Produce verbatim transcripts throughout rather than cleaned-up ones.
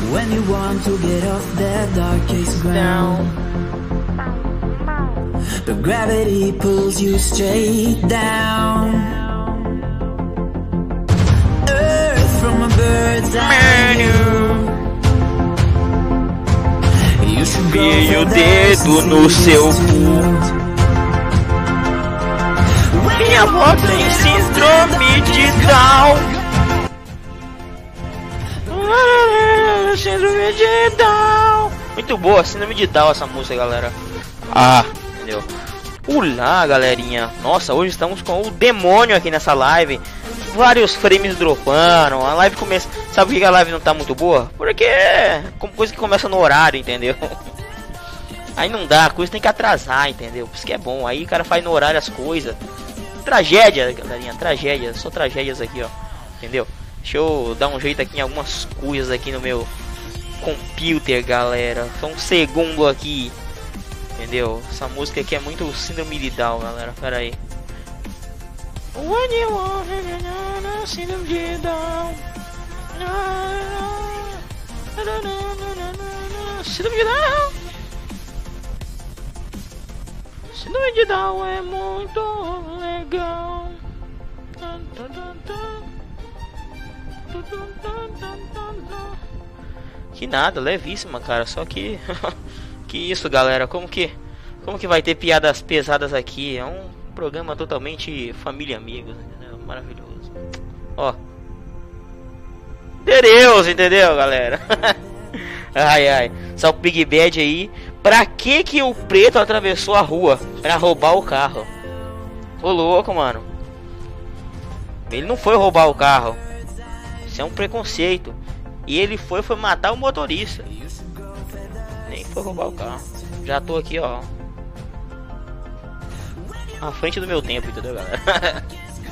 When you want to get off that darkest ground, but gravity pulls you straight down. Earth from a bird's eye view. You should go Enfie o for dedo that no seu secret cu. Minha avó tem síndrome de Down. Síndrome de Down. Muito boa, síndrome de Down essa música, galera. Ah, entendeu? Olá, galerinha. Nossa, hoje estamos com o demônio aqui nessa live. Vários frames dropando. A live começa. Sabe por que a live não tá muito boa? Porque é coisa que começa no horário, entendeu? Aí não dá, a coisa tem que atrasar, entendeu? Por isso que é bom. Aí o cara faz no horário as coisas. Tragédia, galerinha, tragédia. Só tragédias aqui, ó. Entendeu? Deixa eu dar um jeito aqui em algumas coisas aqui no meu computer, galera. Só um segundo aqui. Entendeu? Essa música aqui é muito síndrome de Down, galera. Pera aí. When you want síndrome de Down. Síndrome de Down. Síndrome de Down é muito legal. Que nada, levíssima, cara. Só que que isso, galera. Como que como que vai ter piadas pesadas aqui? É um programa totalmente família e amigos, entendeu? Maravilhoso. Ó. Deus, entendeu, galera? Ai, ai. Só o Big Bad aí. Pra que que o preto atravessou a rua? Pra roubar o carro. Ô louco, mano. Ele não foi roubar o carro. Isso é um preconceito. E ele foi, foi matar o motorista. Nem foi roubar o carro. Já tô aqui, ó. À frente do meu tempo, entendeu, galera?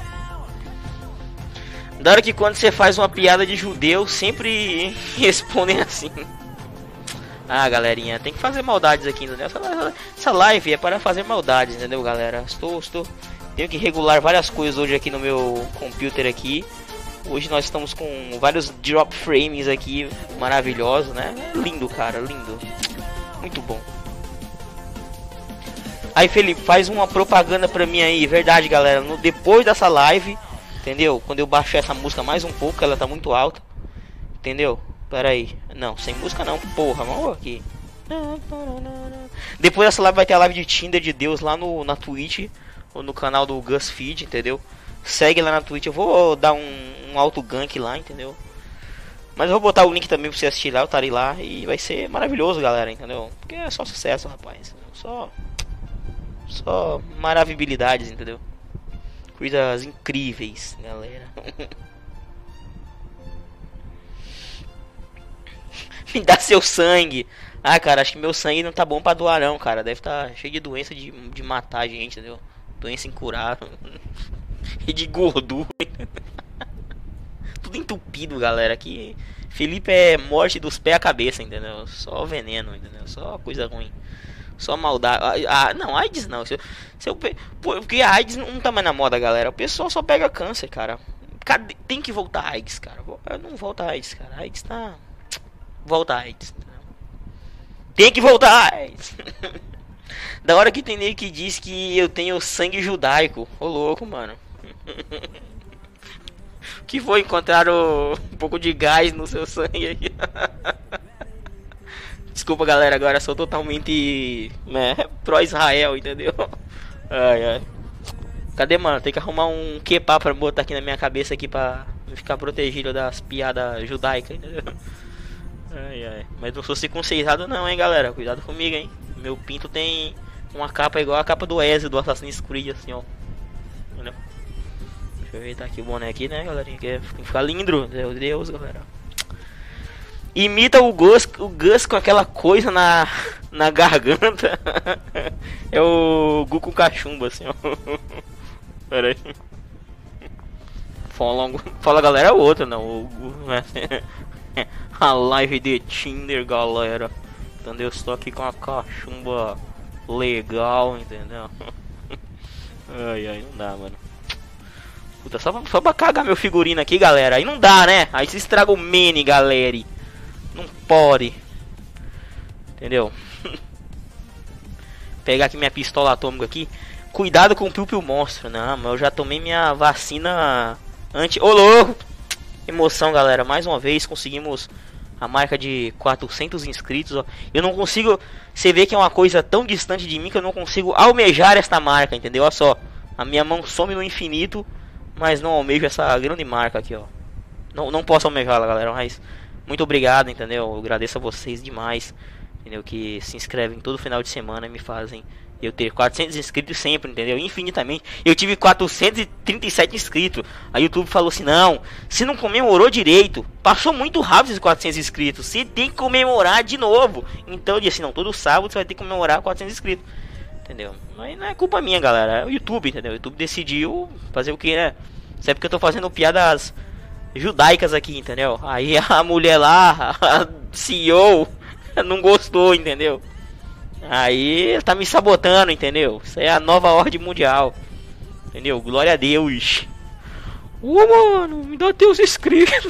Da hora que quando você faz uma piada de judeu, sempre respondem assim. Ah, galerinha, tem que fazer maldades aqui, entendeu? Essa, essa live é para fazer maldades, entendeu, galera? Estou, estou... Tenho que regular várias coisas hoje aqui no meu computer aqui. Hoje nós estamos com vários drop frames aqui maravilhosos, né? Lindo, cara, lindo. Muito bom. Aí, Felipe, faz uma propaganda pra mim aí. Verdade, galera. No, depois dessa live, entendeu? Quando eu baixar essa música mais um pouco, ela tá muito alta. Entendeu? Pera aí. Não, sem música não. Porra, vamos aqui. Depois dessa live vai ter a live de Tinder de Deus lá no, na Twitch. Ou no canal do Gus Feed, entendeu? Segue lá na Twitch. Eu vou dar um, um auto gank lá, entendeu? Mas eu vou botar o link também pra você assistir lá. Eu estarei lá. E vai ser maravilhoso, galera, entendeu? Porque é só sucesso, rapaz. Só... Só maravilhabilidades, entendeu? Coisas incríveis, galera. Me dá seu sangue. Ah, cara, acho que meu sangue não tá bom pra doar não, cara. Deve tá cheio de doença de, de matar a gente, entendeu? Doença incurável. E de gordura. Tudo entupido, galera. Aqui Felipe é morte dos pés à cabeça, entendeu? Só veneno, entendeu? Só coisa ruim. Só maldade. Ah, não, AIDS não. Se eu, se eu, porque a AIDS não tá mais na moda, galera. O pessoal só pega câncer, cara. Cadê? Tem que voltar a AIDS, cara. Não volta a AIDS, cara. A AIDS tá... Volta a AIDS. Tem que voltar a AIDS. Da hora que tem que diz que eu tenho sangue judaico. Ô louco, mano. Que foi encontrar o... um pouco de gás no seu sangue aqui. Desculpa, galera, agora eu sou totalmente, né, pró-Israel, entendeu? Ai, ai. Cadê, mano? Tem que arrumar um kepá pra botar aqui na minha cabeça aqui pra ficar protegido das piadas judaicas, entendeu? Ai, ai. Mas não sou circuncisado não, hein, galera? Cuidado comigo, hein? Meu pinto tem uma capa igual a capa do Ezio do Assassin's Creed, assim, ó. Entendeu? Deixa eu ajeitar aqui o boné aqui, né, galerinha? Que tem que ficar lindo, meu Deus, galera. Imita o Gus, o Gus com aquela coisa na, na garganta. É o Gu com cachumba, assim, ó. Pera aí. Fala, fala, galera, é outra, não. O, o, a live de Tinder, galera. Entendeu? Estou aqui com a cachumba legal, entendeu? Ai, ai, não dá, mano. Puta, só, só pra cagar meu figurino aqui, galera. Aí não dá, né? Aí se estraga o mene, galera. Não pode. Entendeu? Pegar aqui minha pistola atômica aqui. Cuidado com o Piu Piu Monstro. Não, mas eu já tomei minha vacina anti... Ô, louco! Emoção, galera. Mais uma vez conseguimos a marca de quatrocentos inscritos. Ó. Eu não consigo... Você vê que é uma coisa tão distante de mim que eu não consigo almejar esta marca, entendeu? Olha só. A minha mão some no infinito, mas não almejo essa grande marca aqui, ó. Não, não posso almejá-la, galera, mas... Muito obrigado, entendeu? Eu agradeço a vocês demais, entendeu? Que se inscrevem todo final de semana e me fazem... Eu ter quatrocentos inscritos sempre, entendeu? Infinitamente. Eu tive quatrocentos e trinta e sete inscritos. A YouTube falou assim: não, se não comemorou direito, passou muito rápido esses quatrocentos inscritos. Você tem que comemorar de novo. Então eu disse assim: não, todo sábado você vai ter que comemorar quatrocentos inscritos. Entendeu? Mas não é culpa minha, galera. É o YouTube, entendeu? O YouTube decidiu fazer o que, né? Isso é porque eu tô fazendo piadas judaicas aqui, entendeu? Aí a mulher lá, a C E O, não gostou, entendeu? Aí tá me sabotando, entendeu? Isso é a nova ordem mundial. Entendeu? Glória a Deus. Ô, mano, me dá teus inscritos.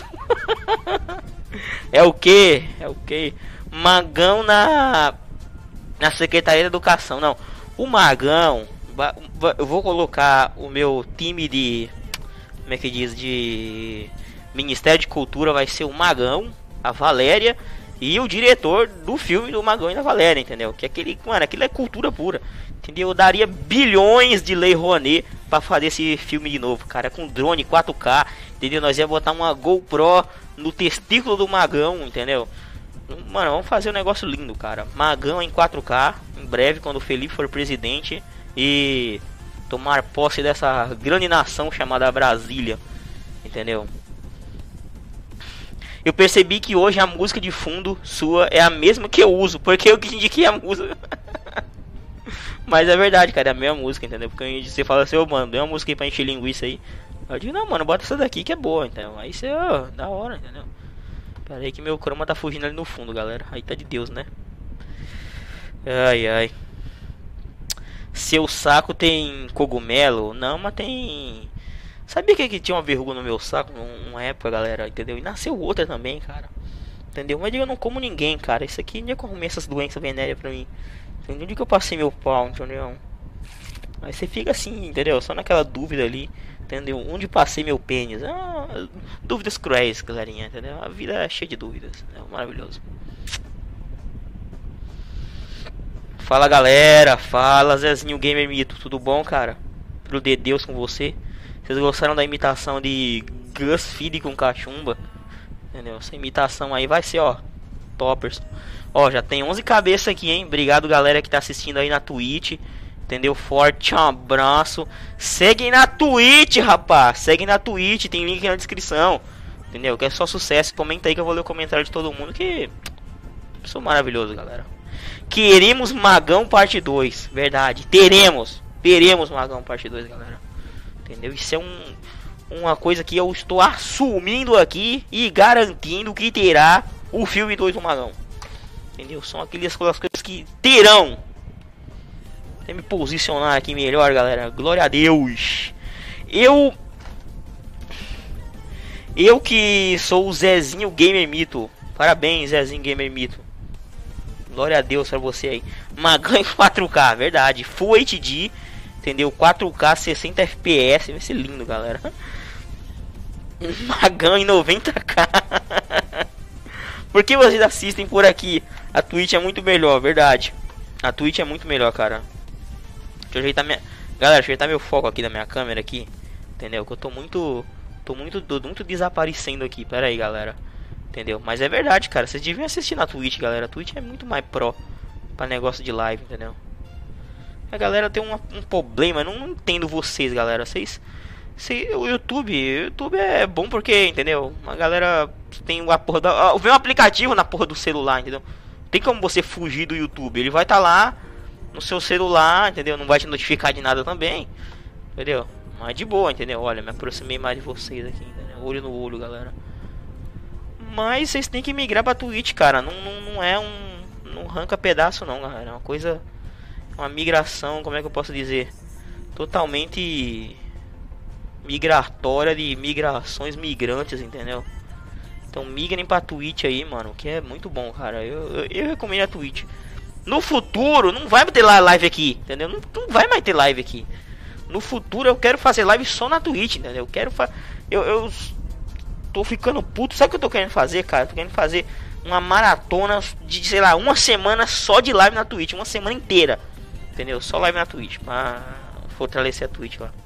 É o que? É o que? Magão na na Secretaria da Educação. Não, o Magão, eu vou colocar o meu time de, como é que diz, de Ministério de Cultura. Vai ser o Magão, a Valéria e o diretor do filme do Magão e da Valéria, entendeu? Que aquele, mano, aquilo é cultura pura, entendeu? Eu daria bilhões de Lei Rouanet pra fazer esse filme de novo, cara, com drone quatro K, entendeu? Nós ia botar uma GoPro no testículo do Magão, entendeu? Mano, vamos fazer um negócio lindo, cara. Magão em quatro K, em breve, quando o Felipe for presidente e tomar posse dessa grande nação chamada Brasília, entendeu? Eu percebi que hoje a música de fundo sua é a mesma que eu uso, porque eu que indiquei a música. Mas é verdade, cara, é a mesma música, entendeu? Porque você fala assim: ô, mano, dê uma música aí pra encher linguiça aí. Eu digo: não, mano, bota essa daqui que é boa, então. Aí você, ó, da hora, entendeu? Pera aí que meu chroma tá fugindo ali no fundo, galera. Aí tá de Deus, né? Ai, ai. Seu saco tem cogumelo? Não, mas tem... Sabia que, que tinha uma verruga no meu saco numa época, galera, entendeu? E nasceu outra também, cara. Entendeu? Mas eu não como ninguém, cara. Isso aqui nem é como essas doenças venéreas pra mim. Entendeu? Onde que eu passei meu pau, entendeu? Aí você fica assim, entendeu? Só naquela dúvida ali, entendeu? Onde passei meu pênis? Ah, dúvidas cruéis, galerinha, entendeu? A vida é cheia de dúvidas, é maravilhoso. Fala, galera. Fala, Zezinho Gamer Mito. Tudo bom, cara? Pelo de Deus com você. Vocês gostaram da imitação de Gus Feed com cachumba? Entendeu? Essa imitação aí vai ser, ó, toppers. Ó, já tem onze cabeças aqui, hein? Obrigado, galera, que tá assistindo aí na Twitch. Entendeu? Forte abraço. Segue na Twitch, rapaz. Segue na Twitch, tem link aí na descrição. Entendeu? Que é só sucesso. Comenta aí que eu vou ler o comentário de todo mundo. Que sou maravilhoso, galera. Queremos Magão parte dois. Verdade. Teremos. Teremos Magão parte dois, galera. Entendeu? Isso é um, uma coisa que eu estou assumindo aqui e garantindo que terá o filme dois do Magão. Entendeu? São aquelas coisas que terão. Deixa eu me posicionar aqui melhor, galera. Glória a Deus. Eu... Eu que sou o Zezinho Gamer Mito. Parabéns, Zezinho Gamer Mito. Glória a Deus pra você aí. Magão em quatro K, verdade. Full H D. Entendeu? quatro K, sessenta F P S. Vai ser lindo, galera. Magão em noventa K. Por que vocês assistem por aqui? A Twitch é muito melhor, verdade. A Twitch é muito melhor, cara. Deixa eu ajeitar minha... Galera, deixa eu ajeitar meu foco aqui da minha câmera aqui. Entendeu? Que eu tô muito... Tô muito, tô muito desaparecendo aqui. Pera aí, galera. Entendeu? Mas é verdade, cara. Vocês deviam assistir na Twitch, galera. A Twitch é muito mais pro pra negócio de live, entendeu? A galera tem um, um problema. Eu não, não entendo vocês, galera. Vocês... Cês, o YouTube... O YouTube é bom porque, entendeu? A galera tem uma porra da... Vem um aplicativo na porra do celular, entendeu? Tem como você fugir do YouTube. Ele vai estar tá lá no seu celular, entendeu? Não vai te notificar de nada também, entendeu? Mas de boa, entendeu? Olha, me aproximei mais de vocês aqui, entendeu? Olho no olho, galera. Mas vocês têm que migrar pra Twitch, cara. Não, não, não é um... Não arranca pedaço não, galera. É uma coisa... Uma migração, como é que eu posso dizer? Totalmente... migratória de migrações migrantes, entendeu? Então migrem pra Twitch aí, mano, que é muito bom, cara. Eu, eu, eu recomendo a Twitch. No futuro, não vai ter live aqui, entendeu? Não, não vai mais ter live aqui. No futuro eu quero fazer live só na Twitch, entendeu? Eu quero fazer... Eu, eu tô ficando puto. Sabe o que eu tô querendo fazer, cara? Eu tô querendo fazer uma maratona de, sei lá, uma semana só de live na Twitch. Uma semana inteira, entendeu? Só live na Twitch, pra fortalecer a Twitch lá.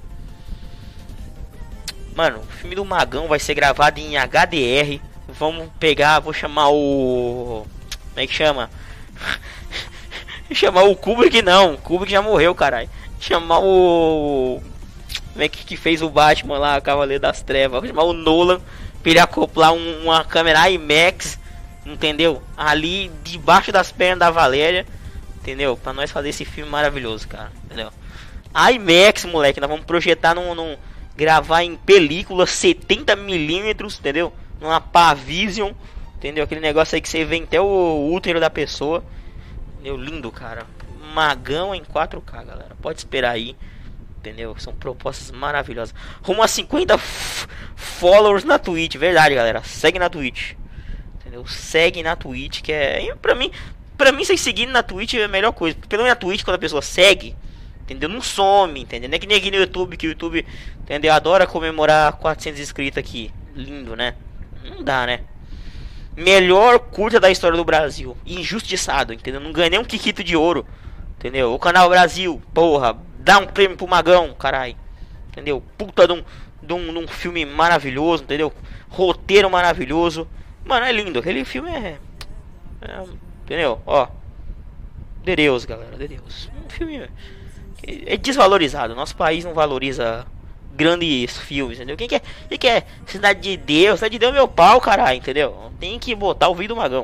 Mano, o filme do Magão vai ser gravado em H D R. Vamos pegar, vou chamar o... Como é que chama? Chamar o Kubrick não, o Kubrick já morreu, caralho. Chamar o... Como é que, que fez o Batman lá, Cavaleiro das Trevas. Vou chamar o Nolan pra ele acoplar um, uma câmera IMAX, entendeu? Ali debaixo das pernas da Valéria, entendeu? Pra nós fazer esse filme maravilhoso, cara, entendeu? IMAX, moleque, nós vamos projetar num... num gravar em película setenta milímetros, entendeu? Numa Pavision, entendeu? Aquele negócio aí que você vê até o útero da pessoa. Entendeu? Lindo, cara. Magão em quatro K, galera. Pode esperar aí. Entendeu? São propostas maravilhosas. Rumo a cinquenta followers na Twitch. Verdade, galera. Segue na Twitch. Entendeu? Segue na Twitch, que é... Pra mim, pra mim, vocês seguindo na Twitch é a melhor coisa. Porque pelo menos na Twitch, quando a pessoa segue, entendeu? Não some, entendeu? Não é que nem aqui no YouTube, que o YouTube, entendeu? Adora comemorar quatrocentos inscritos aqui. Lindo, né? Não dá, né? Melhor curta da história do Brasil. Injustiçado, entendeu? Não ganhei nem um Kikito de ouro, entendeu? O Canal Brasil, porra, dá um prêmio pro Magão, caralho. Entendeu? Puta de um, de um, de um filme maravilhoso, entendeu? Roteiro maravilhoso. Mano, é lindo. Aquele filme é... é entendeu? Ó. De Deus, galera. De Deus. Um filme... É desvalorizado. Nosso país não valoriza grandes filmes, entendeu? Quem quer, quem quer Cidade de Deus? Cidade de Deus é meu pau, caralho, entendeu? Tem que botar o vídeo do Magão.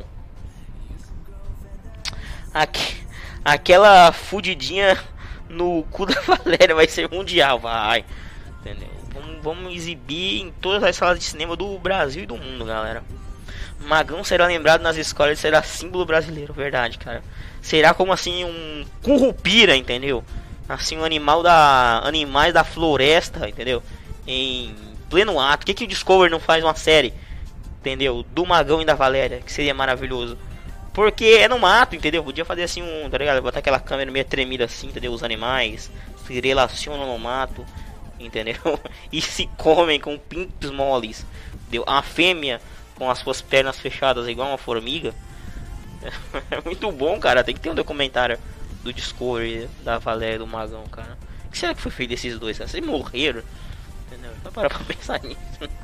Aqui, aquela fudidinha no cu da Valéria vai ser mundial, vai. Entendeu? Vamos, vamos exibir em todas as salas de cinema do Brasil e do mundo, galera. Magão será lembrado nas escolas e será símbolo brasileiro, verdade, cara. Será como assim um currupira, entendeu? Assim, um animal da... Animais da floresta, entendeu? Em pleno ato. Por que, que o Discovery não faz uma série, entendeu? Do Magão e da Valéria, que seria maravilhoso. Porque é no mato, entendeu? Podia fazer assim um... Tá ligado? Botar aquela câmera meio tremida assim, entendeu? Os animais se relacionam no mato, entendeu? E se comem com pintos moles, entendeu? A fêmea com as suas pernas fechadas igual uma formiga. É muito bom, cara. Tem que ter um documentário do Discovery, da Valéria e do Magão, cara. O que será que foi feito desses dois, cara? Vocês morreram, entendeu? Só parar pra pensar nisso.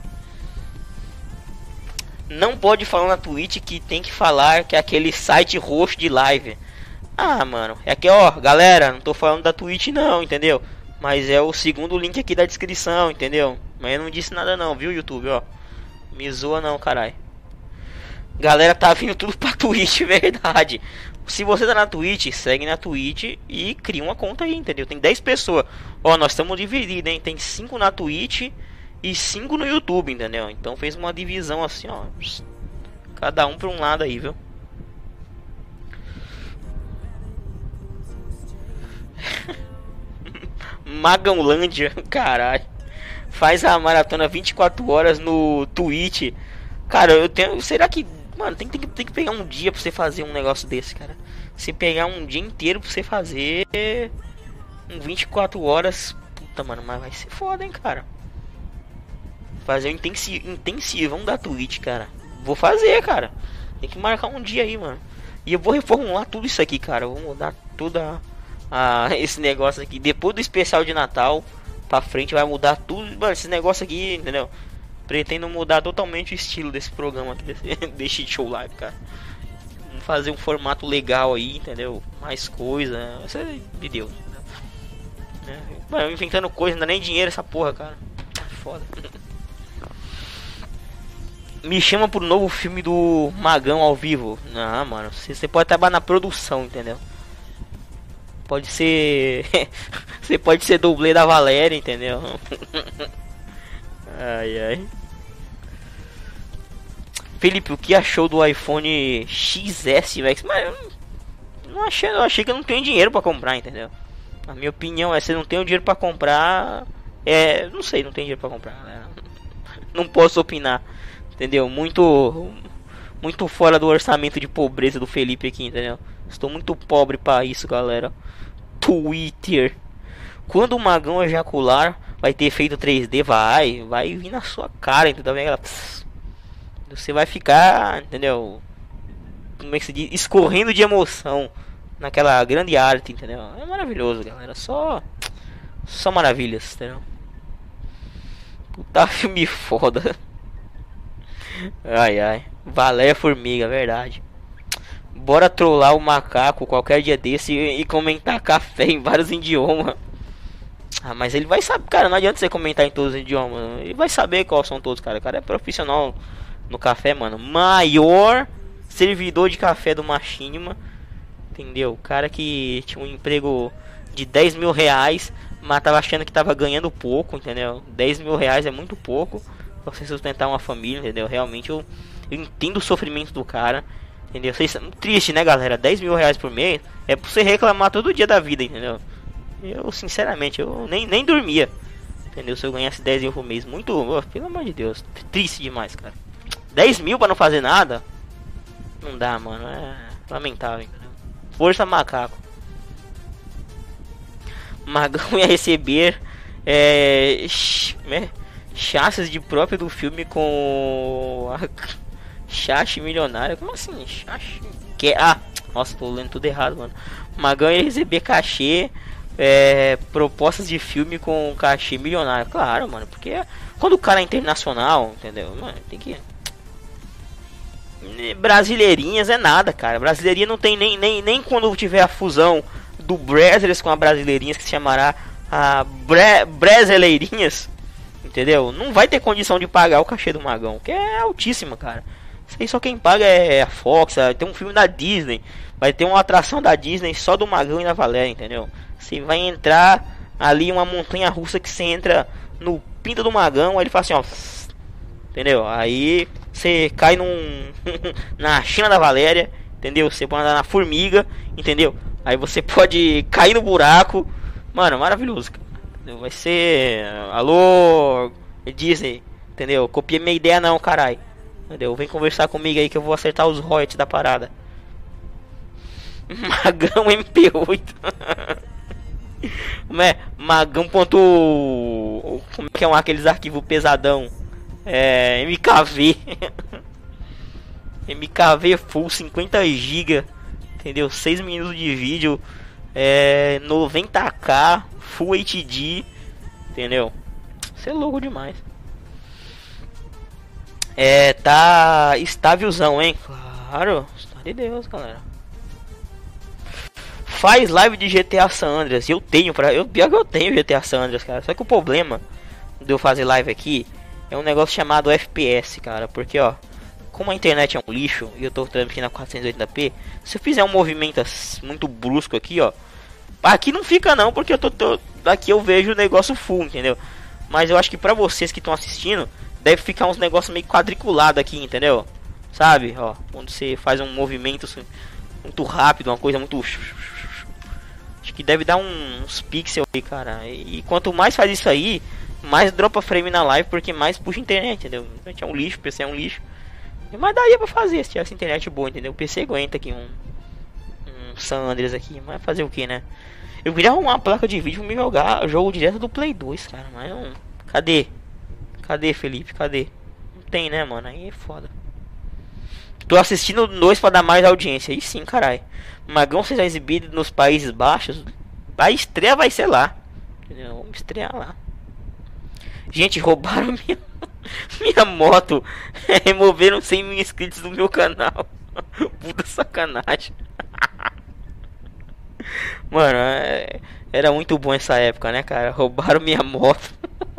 Não pode falar na Twitch que tem que falar que é aquele site roxo de live. Ah, mano, é que, ó, galera, não tô falando da Twitch não, entendeu? Mas é o segundo link aqui da descrição, entendeu? Mas eu não disse nada não, viu, YouTube, ó. Me zoa não, caralho. Galera, tá vindo tudo pra Twitch, verdade. Se você tá na Twitch, segue na Twitch e cria uma conta aí, entendeu? Tem dez pessoas. Ó, nós estamos divididos, hein? Tem cinco na Twitch e cinco no YouTube, entendeu? Então fez uma divisão assim, ó. Cada um pra um lado aí, viu? Magãolândia, caralho. Faz a maratona vinte e quatro horas no Twitch. Cara, eu tenho... Será que... Mano, tem, tem, que, tem que pegar um dia pra você fazer um negócio desse, cara. Se pegar um dia inteiro pra você fazer um vinte e quatro horas. Puta, mano, mas vai ser foda, hein, cara. Fazer o intensi intensivão da Twitch, cara. Vou fazer, cara. Tem que marcar um dia aí, mano. E eu vou reformular tudo isso aqui, cara. Eu vou mudar toda a, a, esse negócio aqui. Depois do especial de Natal pra frente vai mudar tudo. Mano, esse negócio aqui, entendeu? Pretendo mudar totalmente o estilo desse programa aqui, desse, desse show live, cara. Vamos fazer um formato legal aí, entendeu? Mais coisa. Isso é de Deus. É, mano, inventando coisa, não dá nem dinheiro essa porra, cara. Foda. Me chama pro novo filme do Magão ao vivo. Não, mano, você pode trabalhar na produção, entendeu? Pode ser. Você pode ser dublê da Valéria, entendeu? Ai, ai. Felipe, o que achou do iPhone X S Max? Mas eu não achei, eu achei que eu não tenho dinheiro pra comprar, entendeu? A minha opinião é, se eu não tenho dinheiro pra comprar, é, não sei, não tenho dinheiro pra comprar, né? Não posso opinar, entendeu? Muito, muito fora do orçamento de pobreza do Felipe aqui, entendeu? Estou muito pobre para isso, galera. Twitter. Quando o Magão ejacular, vai ter efeito três D, vai, vai vir na sua cara, entendeu? Você vai ficar, entendeu? Como é que se diz? Escorrendo de emoção naquela grande arte, entendeu? É maravilhoso, galera. Só, só maravilhas, entendeu? Puta filme foda. Ai, ai. Valéria Formiga, verdade. Bora trollar o macaco qualquer dia desse e, e comentar café em vários idiomas. Ah, mas ele vai saber, cara, não adianta você comentar em todos os idiomas. Ele vai saber quais são todos, cara. O cara é profissional no café, mano. Maior servidor de café do Machinima. Entendeu? O cara que tinha um emprego de dez mil reais, mas tava achando que tava ganhando pouco, entendeu? dez mil reais é muito pouco pra você sustentar uma família, entendeu? Realmente eu, eu entendo o sofrimento do cara, entendeu? Vocês são triste, né, galera? dez mil reais por mês é pra você reclamar todo dia da vida, entendeu? Eu, sinceramente, eu nem, nem dormia, entendeu? Se eu ganhasse dez mil por mês, muito, oh, pelo amor de Deus, triste demais, cara. dez mil pra não fazer nada, não dá, mano, é lamentável, entendeu? Força macaco. Magão ia receber é, ch né, chassis de próprio do filme com a chache milionária. Como assim? Chache? Que ah, nossa, tô lendo tudo errado, mano. Magão ia receber cachê, é, propostas de filme com cachê milionário. Claro, mano, porque quando o cara é internacional, entendeu? Mano, tem que brasileirinhas é nada, cara. Brasileirinha não tem nem, nem, nem quando tiver a fusão do Brazzers com a Brasileirinhas, que se chamará a Bre Brasileirinhas, entendeu? Não vai ter condição de pagar o cachê do Magão, que é altíssima, cara. Isso aí só quem paga é a Fox. Tem um filme da Disney, vai ter uma atração da Disney só do Magão e da Valéria, entendeu? Você vai entrar ali uma montanha russa que você entra no pinto do Magão, aí ele fala assim, ó, entendeu? Aí você cai num na China da Valéria, entendeu? Você pode andar na formiga, entendeu? Aí você pode cair no buraco. Mano, maravilhoso, cara. Vai ser... Alô, Disney, entendeu? Copia minha ideia não, caralho. Entendeu? Vem conversar comigo aí que eu vou acertar os royalties da parada. Magão M P oito. Como é? Magão ponto... Como é que é um, aqueles arquivos pesadão? É... M K V. M K V full cinquenta gigas. Entendeu? seis minutos de vídeo. É... noventa K. Full H D. Entendeu? Isso é louco demais. É... Tá... estávelzão, hein? Claro. Está de Deus, galera. Faz live de G T A San Andreas. Eu tenho pra... Eu, pior que eu tenho G T A San Andreas, cara. Só que o problema de eu fazer live aqui é um negócio chamado F P S, cara. Porque, ó, como a internet é um lixo e eu tô transmitindo a quatrocentos e oitenta p, se eu fizer um movimento muito brusco aqui, ó, aqui não fica não, porque eu tô, tô daqui eu vejo o negócio full, entendeu? Mas eu acho que pra vocês que estão assistindo, deve ficar uns negócios meio quadriculado aqui, entendeu? Sabe, ó, quando você faz um movimento assim, muito rápido, uma coisa muito... Acho que deve dar uns pixels aí, cara. E quanto mais faz isso aí, mais dropa frame na live, porque mais puxa internet, entendeu? A internet é um lixo, o P C é um lixo. Mas daria pra fazer se tivesse internet boa, entendeu? O P C aguenta aqui um, um San Andreas aqui, mas fazer o que, né? Eu queria arrumar uma placa de vídeo pra me jogar jogo direto do Play dois, cara, mas não... Cadê? Cadê, Felipe? Cadê? Não tem, né, mano? Aí é foda. Tô assistindo dois pra dar mais audiência. Aí sim, caralho. Magão seja exibido nos Países Baixos. A estreia vai ser lá. Entendeu? Vamos estrear lá. Gente, roubaram minha, minha moto. Removeram cem mil inscritos do meu canal. Puta sacanagem. Mano, é, era muito bom essa época, né, cara? Roubaram minha moto.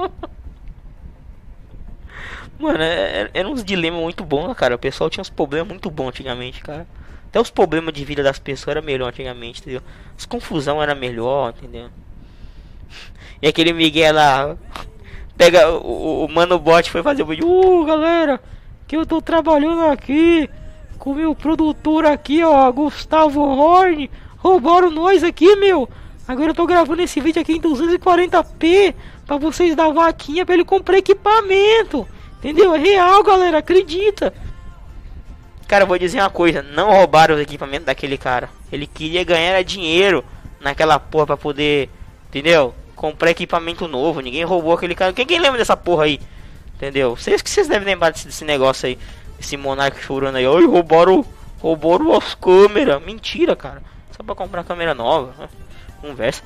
Mano, era, era uns dilemas muito bons, cara. O pessoal tinha uns problemas muito bons antigamente, cara. Até os problemas de vida das pessoas era melhor antigamente, entendeu? As confusão era melhor, entendeu? E aquele Miguel lá, pega o, o Mano Bot foi fazer o vídeo. Uh, galera, que eu tô trabalhando aqui com o meu produtor aqui, ó, Gustavo Horn. Roubaram nós aqui, meu. Agora eu tô gravando esse vídeo aqui em duzentos e quarenta p pra vocês dar vaquinha pra ele comprar equipamento. Entendeu? É real, galera, acredita. Cara, eu vou dizer uma coisa, não roubaram os equipamentos daquele cara. Ele queria ganhar dinheiro naquela porra pra poder, entendeu? Comprar equipamento novo. Ninguém roubou aquele cara. Quem, quem lembra dessa porra aí? Entendeu? Vocês que vocês devem lembrar desse, desse negócio aí. Esse monarca chorando aí. Oi, roubaram, roubaram as câmeras. Mentira, cara. Só pra comprar câmera nova. Conversa.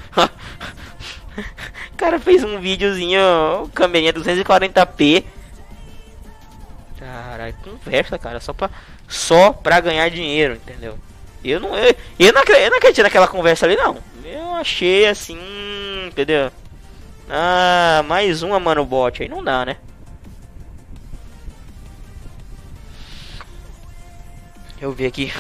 O cara fez um videozinho, câmerinha duzentos e quarenta p. Caralho, conversa, cara. Só pra, só pra ganhar dinheiro, entendeu? Eu não, eu, eu não, acredito, eu não acredito naquela conversa ali, não. Eu achei assim, entendeu? Ah, mais uma, mano, bot. Aí não dá, né? Eu vi aqui.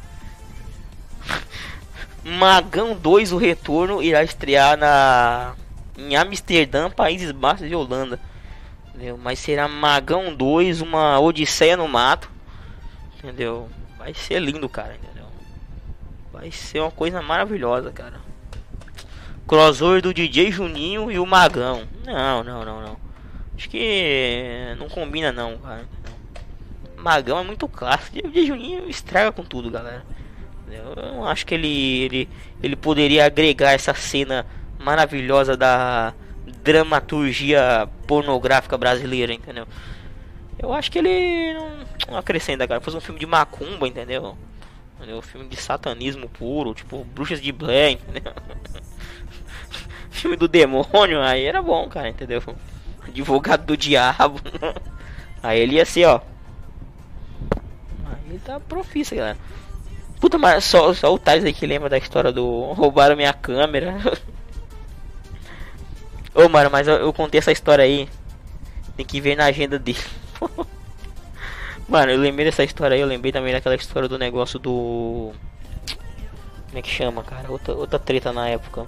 Magão dois, o retorno, irá estrear na em Amsterdã, Países Baixos e Holanda. Entendeu? Mas será Magão dois, uma odisseia no mato. Entendeu? Vai ser lindo, cara, entendeu? Vai ser uma coisa maravilhosa, cara. Crossover do D J Juninho e o Magão. Não, não, não, não. Acho que não combina não, cara. Magão é muito clássico. O D J Juninho estraga com tudo, galera. Eu não acho que ele, ele, ele poderia agregar essa cena maravilhosa da dramaturgia pornográfica brasileira, entendeu? Eu acho que ele não, não acrescenta, cara. Fosse um filme de macumba, entendeu? Um filme de satanismo puro, tipo Bruxas de Blair, entendeu? Filme do demônio, aí era bom, cara, entendeu? Advogado do diabo. Aí ele ia ser, ó. Aí ele tá profissa, galera. Puta, mas só, só o Thales aí que lembra da história do roubaram minha câmera. Ô, mano, mas eu, eu contei essa história aí. Tem que ver na agenda dele. Mano, eu lembrei dessa história aí. Eu lembrei também daquela história do negócio do... Como é que chama, cara? Outra, outra treta na época.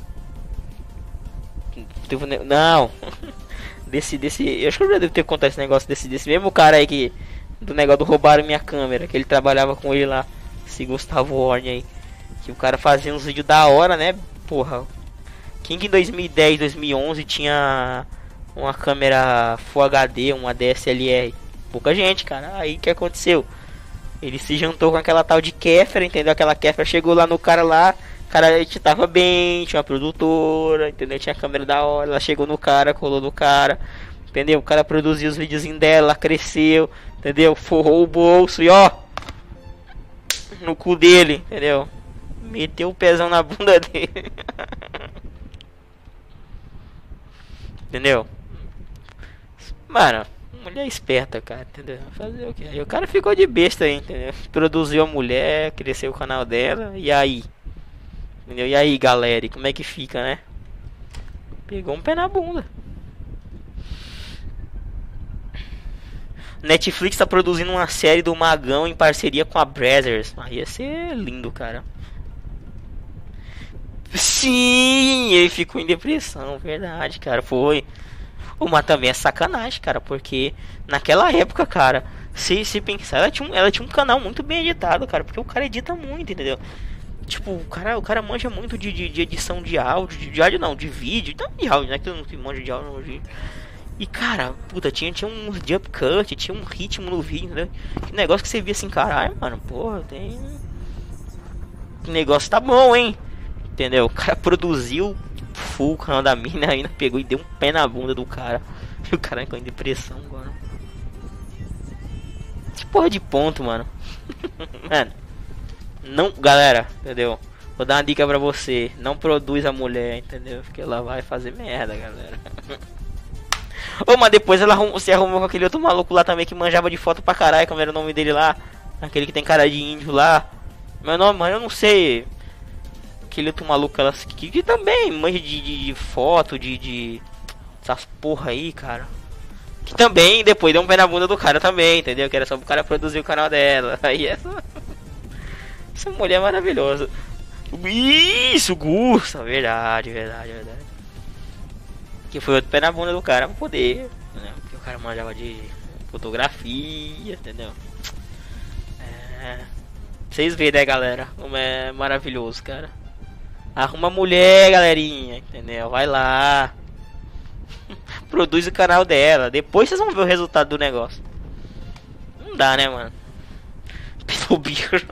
Não. Desse, desse... Eu acho que eu já devo ter contado esse negócio desse, desse mesmo cara aí que... Do negócio do roubaram minha câmera. Que ele trabalhava com ele lá. Esse Gustavo Horn aí. Que o cara fazia uns vídeos da hora, né? Porra. Quem que em dois mil e dez, dois mil e onze tinha uma câmera Full H D, uma D S L R? Pouca gente, cara. Aí o que aconteceu? Ele se juntou com aquela tal de Kéfera, entendeu? Aquela Kéfera chegou lá no cara lá. O cara tava bem, tinha uma produtora, entendeu? Tinha a câmera da hora. Ela chegou no cara, colou no cara. Entendeu? O cara produziu os videozinhos dela, cresceu. Entendeu? Forrou o bolso e ó. No cu dele, entendeu? Meteu o pezão na bunda dele. Entendeu? Mano, mulher esperta, cara, entendeu? Fazer o que? Aí o cara ficou de besta aí, entendeu? Produziu a mulher, cresceu o canal dela, e aí? Entendeu? E aí, galera, e como é que fica, né? Pegou um pé na bunda. Netflix tá produzindo uma série do Magão em parceria com a Brazzers. Aí ia ser lindo, cara. Sim, ele ficou em depressão, verdade, cara. Foi. Mas também é sacanagem, cara, porque naquela época, cara, se, se pensar, ela tinha, um, ela tinha um canal muito bem editado, cara, porque o cara edita muito, entendeu? Tipo, o cara, o cara manja muito de, de, de edição de áudio, de, de áudio não, de vídeo, não de áudio, né? Que eu não tenho manja de áudio, não, de... E cara, puta, tinha, tinha uns jump cut, tinha um ritmo no vídeo, entendeu? Que negócio que você via assim, caralho, mano, porra, tem... Que negócio tá bom, hein? Entendeu? O cara produziu full o canal da mina, a mina pegou e deu um pé na bunda do cara. E o cara ficou em depressão agora. Que porra de ponto, mano. Mano, não, galera, entendeu? Vou dar uma dica pra você, não produz a mulher, entendeu? Porque ela vai fazer merda, galera. Ô, oh, mas depois ela arrum, você arrumou com aquele outro maluco lá também que manjava de foto pra caralho, como era o nome dele lá. Aquele que tem cara de índio lá. Meu nome, mano, eu não sei. Aquele outro maluco ela, que, que também manja de, de, de foto, de, de... Essas porra aí, cara. Que também depois deu um pé na bunda do cara também, entendeu? Que era só pro cara produzir o canal dela. Aí essa... Essa mulher é maravilhosa. Isso, Gusta. Verdade, verdade, verdade. Que foi outro pé na bunda do cara pra poder, né? Porque o cara manjava de fotografia, entendeu? É... Vocês verem, né, galera? Como é maravilhoso, cara. Arruma mulher, galerinha, entendeu? Vai lá. produz o canal dela. Depois vocês vão ver o resultado do negócio. Não dá, né, mano? Bicho.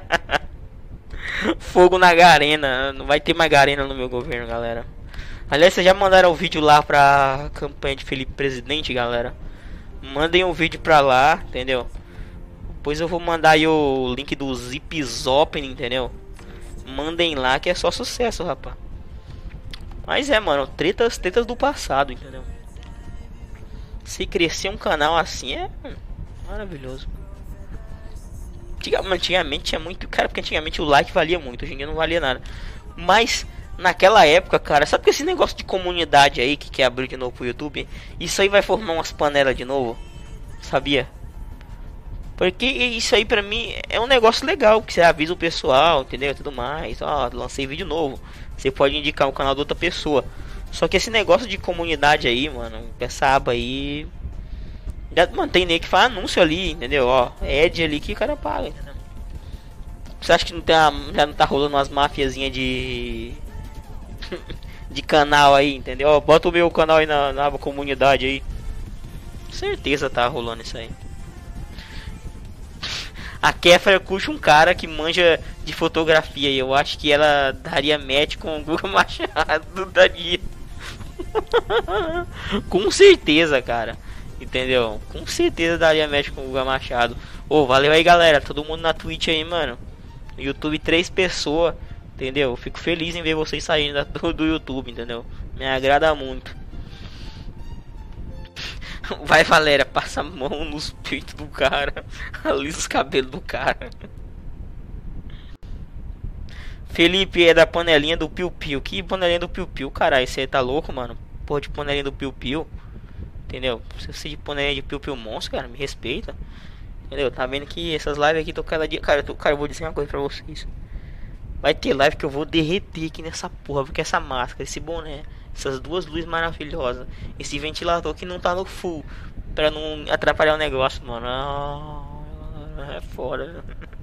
Fogo na Garena. Não vai ter mais Garena no meu governo, galera. Aliás, vocês já mandaram o vídeo lá pra campanha de Felipe Presidente, galera? Mandem o vídeo pra lá, entendeu? Depois eu vou mandar aí o link do Zip Zop, entendeu? Mandem lá que é só sucesso, rapaz. Mas é, mano, tretas, tretas do passado, entendeu? Se crescer um canal assim é maravilhoso. Antigamente tinha muito, cara, porque antigamente o like valia muito, hoje em dia não valia nada. Mas naquela época, cara, sabe que esse negócio de comunidade aí que quer abrir de novo pro YouTube, isso aí vai formar umas panelas de novo? Sabia? Porque isso aí pra mim é um negócio legal, que você avisa o pessoal, entendeu? Tudo mais, ó, lancei vídeo novo. Você pode indicar o canal de outra pessoa. Só que esse negócio de comunidade aí, mano, essa aba aí já mantém nem que faz anúncio ali, entendeu? Ó, Ed ali que o cara paga, entendeu? Você acha que não tem uma, já não tá rolando umas mafiazinhas de de canal aí, entendeu? Ó, bota o meu canal aí na, na aba comunidade aí. Certeza tá rolando isso aí. A Kéfera curte um cara que manja de fotografia e eu acho que ela daria match com o Guga Machado. Daria. Com certeza, cara. Entendeu? Com certeza daria match com o Guga Machado. Ô, oh, valeu aí, galera. Todo mundo na Twitch aí, mano. YouTube, três pessoas. Entendeu? Fico feliz em ver vocês saindo do, do YouTube, entendeu? Me agrada muito. Vai, Valéria, passa a mão nos peitos do cara. Alisa os cabelos do cara. Felipe é da panelinha do Piu Piu. Que panelinha do Piu Piu, caralho? Você tá louco, mano? Porra de panelinha do Piu Piu. Entendeu? Se você de panelinha de Piu Piu monstro, cara, me respeita. Entendeu? Tá vendo que essas lives aqui tô cada dia. Cara, eu, tô... cara, eu vou dizer uma coisa pra vocês. Vai ter live que eu vou derreter aqui nessa porra. Porque essa máscara, esse boné, essas duas luzes maravilhosas, esse ventilador que não tá no full, pra não atrapalhar o negócio, mano. Ah, é foda.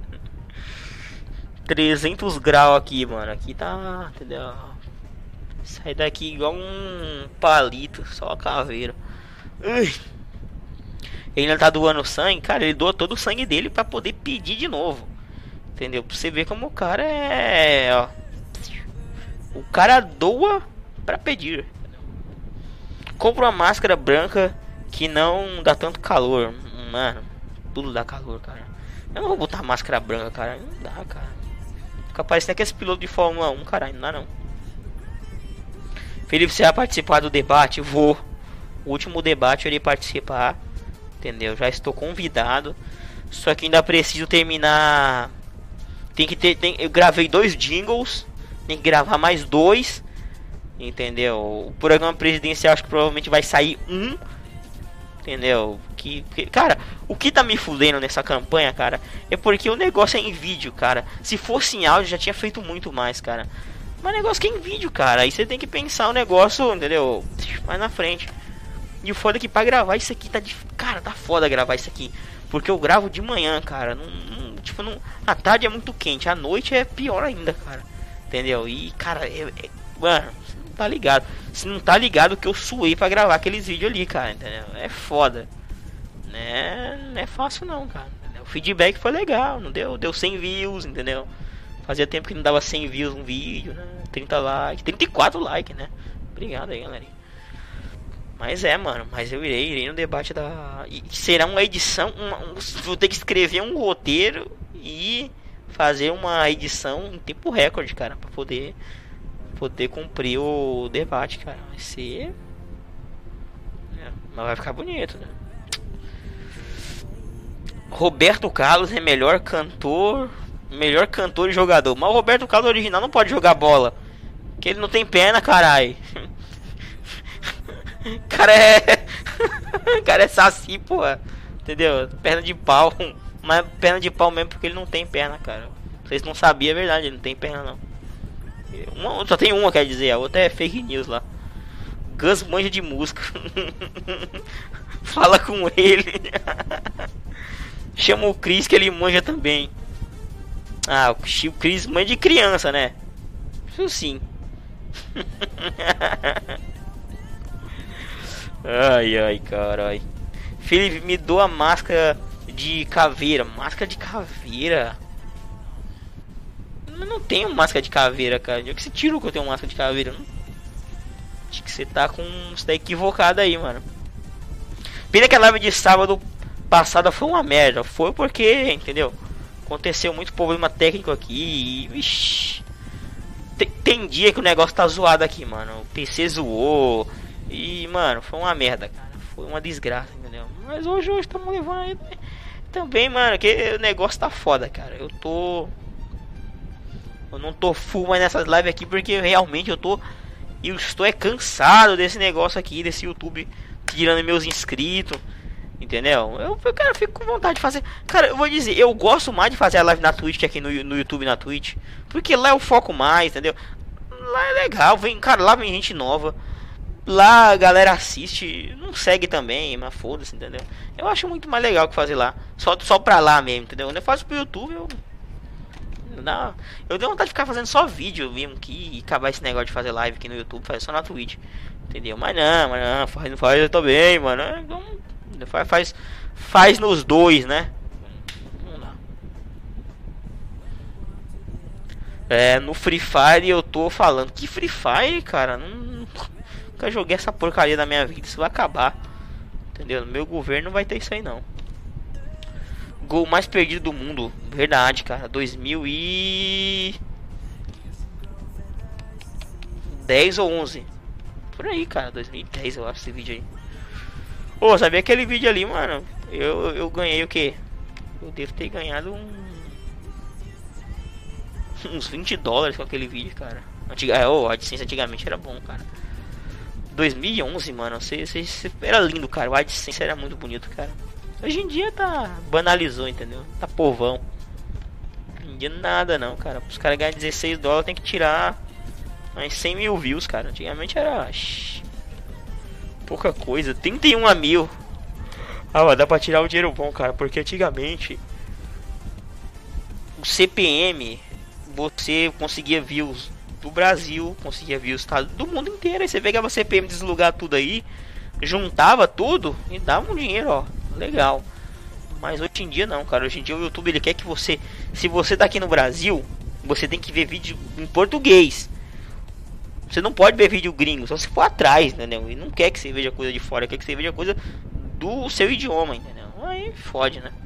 trezentos graus aqui, mano. Aqui tá, entendeu? Sai daqui igual um palito, só a caveira. Ui. Ele ainda tá doando sangue, cara. Ele doa todo o sangue dele pra poder pedir de novo. Entendeu? Pra você ver como o cara é, ó. O cara doa pra pedir. Compra uma máscara branca que não dá tanto calor. Mano, tudo dá calor, cara. Eu não vou botar máscara branca, cara. Não dá, cara. Fica parecendo aquele piloto de Fórmula um, caralho. Não dá, não. Felipe, você vai participar do debate? Vou. O último debate eu irei participar. Entendeu? Já estou convidado. Só que ainda preciso terminar. Tem que ter. Tem... Eu gravei dois jingles. Tem que gravar mais dois. Entendeu? O programa presidencial acho que provavelmente vai sair um. Entendeu? Que, que, cara, o que tá me fudendo nessa campanha, cara, é porque o negócio é em vídeo, cara. Se fosse em áudio já tinha feito muito mais, cara. Mas o negócio que é em vídeo, cara. Aí você tem que pensar o negócio, entendeu? Mais na frente. E o foda é que pra gravar isso aqui tá de... Cara, tá foda gravar isso aqui. Porque eu gravo de manhã, cara. Não, não, tipo, não... A tarde é muito quente. A noite é pior ainda, cara. Entendeu? E, cara, é... é... Mano, você não tá ligado. Você não tá ligado que eu suei pra gravar aqueles vídeos ali, cara. Entendeu? É foda. Né? Não é fácil não, cara. Entendeu? O feedback foi legal. Não deu, deu cem views, entendeu? Fazia tempo que não dava cem views um vídeo, né? trinta likes. trinta e quatro likes, né? Obrigado aí, galera. Mas é, mano, mas eu irei, irei no debate da... E será uma edição, uma, um, vou ter que escrever um roteiro e fazer uma edição em tempo recorde, cara, pra poder poder cumprir o debate, cara. Vai ser... É, mas vai ficar bonito, né? Roberto Carlos é melhor cantor, melhor cantor e jogador. Mas o Roberto Carlos original não pode jogar bola, porque ele não tem perna, caralho. Cara é... cara é saci, porra. Entendeu? Perna de pau. Mas perna de pau mesmo porque ele não tem perna, cara. Vocês não sabiam, é verdade, ele não tem perna não. Uma, só tem uma, quer dizer, a outra é fake news lá. Gus manja de música. Fala com ele. Chama o Chris que ele manja também. Ah, o Chris manja de criança, né? Isso sim. Ai, ai, carai. Felipe, me doa máscara de caveira. Máscara de caveira? Eu não tenho máscara de caveira, cara. De onde que você tirou que eu tenho máscara de caveira? Não... Acho que você tá com... Você tá equivocado aí, mano. Pena que a live de sábado passada foi uma merda. Foi porque, entendeu? Aconteceu muito problema técnico aqui e... Vixi. Tem, tem dia que o negócio tá zoado aqui, mano. O P C zoou. E, mano, foi uma merda, cara. Foi uma desgraça, entendeu? Mas hoje, hoje estamos levando aí também, mano. Que o negócio tá foda, cara. Eu tô... Eu não tô full mais nessas lives aqui porque realmente eu tô... Eu estou é cansado desse negócio aqui, desse YouTube tirando meus inscritos. Entendeu? Eu, eu cara, fico com vontade de fazer. Cara, eu vou dizer, eu gosto mais de fazer a live na Twitch que aqui no, no YouTube na Twitch. Porque lá eu foco mais, entendeu? Lá é legal, vem, cara, lá vem gente nova. Lá a galera assiste, não segue também, mas foda-se, entendeu? Eu acho muito mais legal que fazer lá. Só, só pra lá mesmo, entendeu? Quando eu faço pro YouTube, eu. Não, eu tenho vontade de ficar fazendo só vídeo mesmo que e acabar esse negócio de fazer live aqui no YouTube, fazer só na Twitch. Entendeu? Mas não, mas não, faz, não faz, eu tô bem, mano. Então, faz, faz, faz nos dois, né? É, no Free Fire eu tô falando. Que Free Fire, cara? Não, nunca joguei essa porcaria da minha vida. Isso vai acabar. Entendeu? No meu governo não vai ter isso aí não. Gol mais perdido do mundo. Verdade, cara. dois mil e dez ou onze. Por aí, cara. dois mil e dez eu acho esse vídeo aí. Ô, oh, sabia aquele vídeo ali, mano? Eu, eu ganhei o quê? Eu devo ter ganhado um... uns vinte dólares com aquele vídeo, cara. Antiga... É, oh, a AdSense antigamente era bom, cara. dois mil e onze, mano. Você, você, você era lindo, cara. O AdSense era muito bonito, cara. Hoje em dia tá... banalizou, entendeu? Tá povão. Hoje em dia nada não, cara. Os caras ganhar dezesseis dólares tem que tirar mais cem mil views, cara. Antigamente era... pouca coisa. trinta e um mil. Ah, mas dá pra tirar um dinheiro bom, cara. Porque antigamente... o C P M... você conseguia views do Brasil, conseguia views do mundo inteiro. Aí você pegava C P M, deslugar tudo aí, juntava tudo e dava um dinheiro, ó, legal. Mas hoje em dia não, cara. Hoje em dia o YouTube ele quer que você, se você tá aqui no Brasil, você tem que ver vídeo em português. Você não pode ver vídeo gringo, só se for atrás, entendeu? E não quer que você veja coisa de fora, quer que você veja coisa do seu idioma, entendeu? Aí fode, né?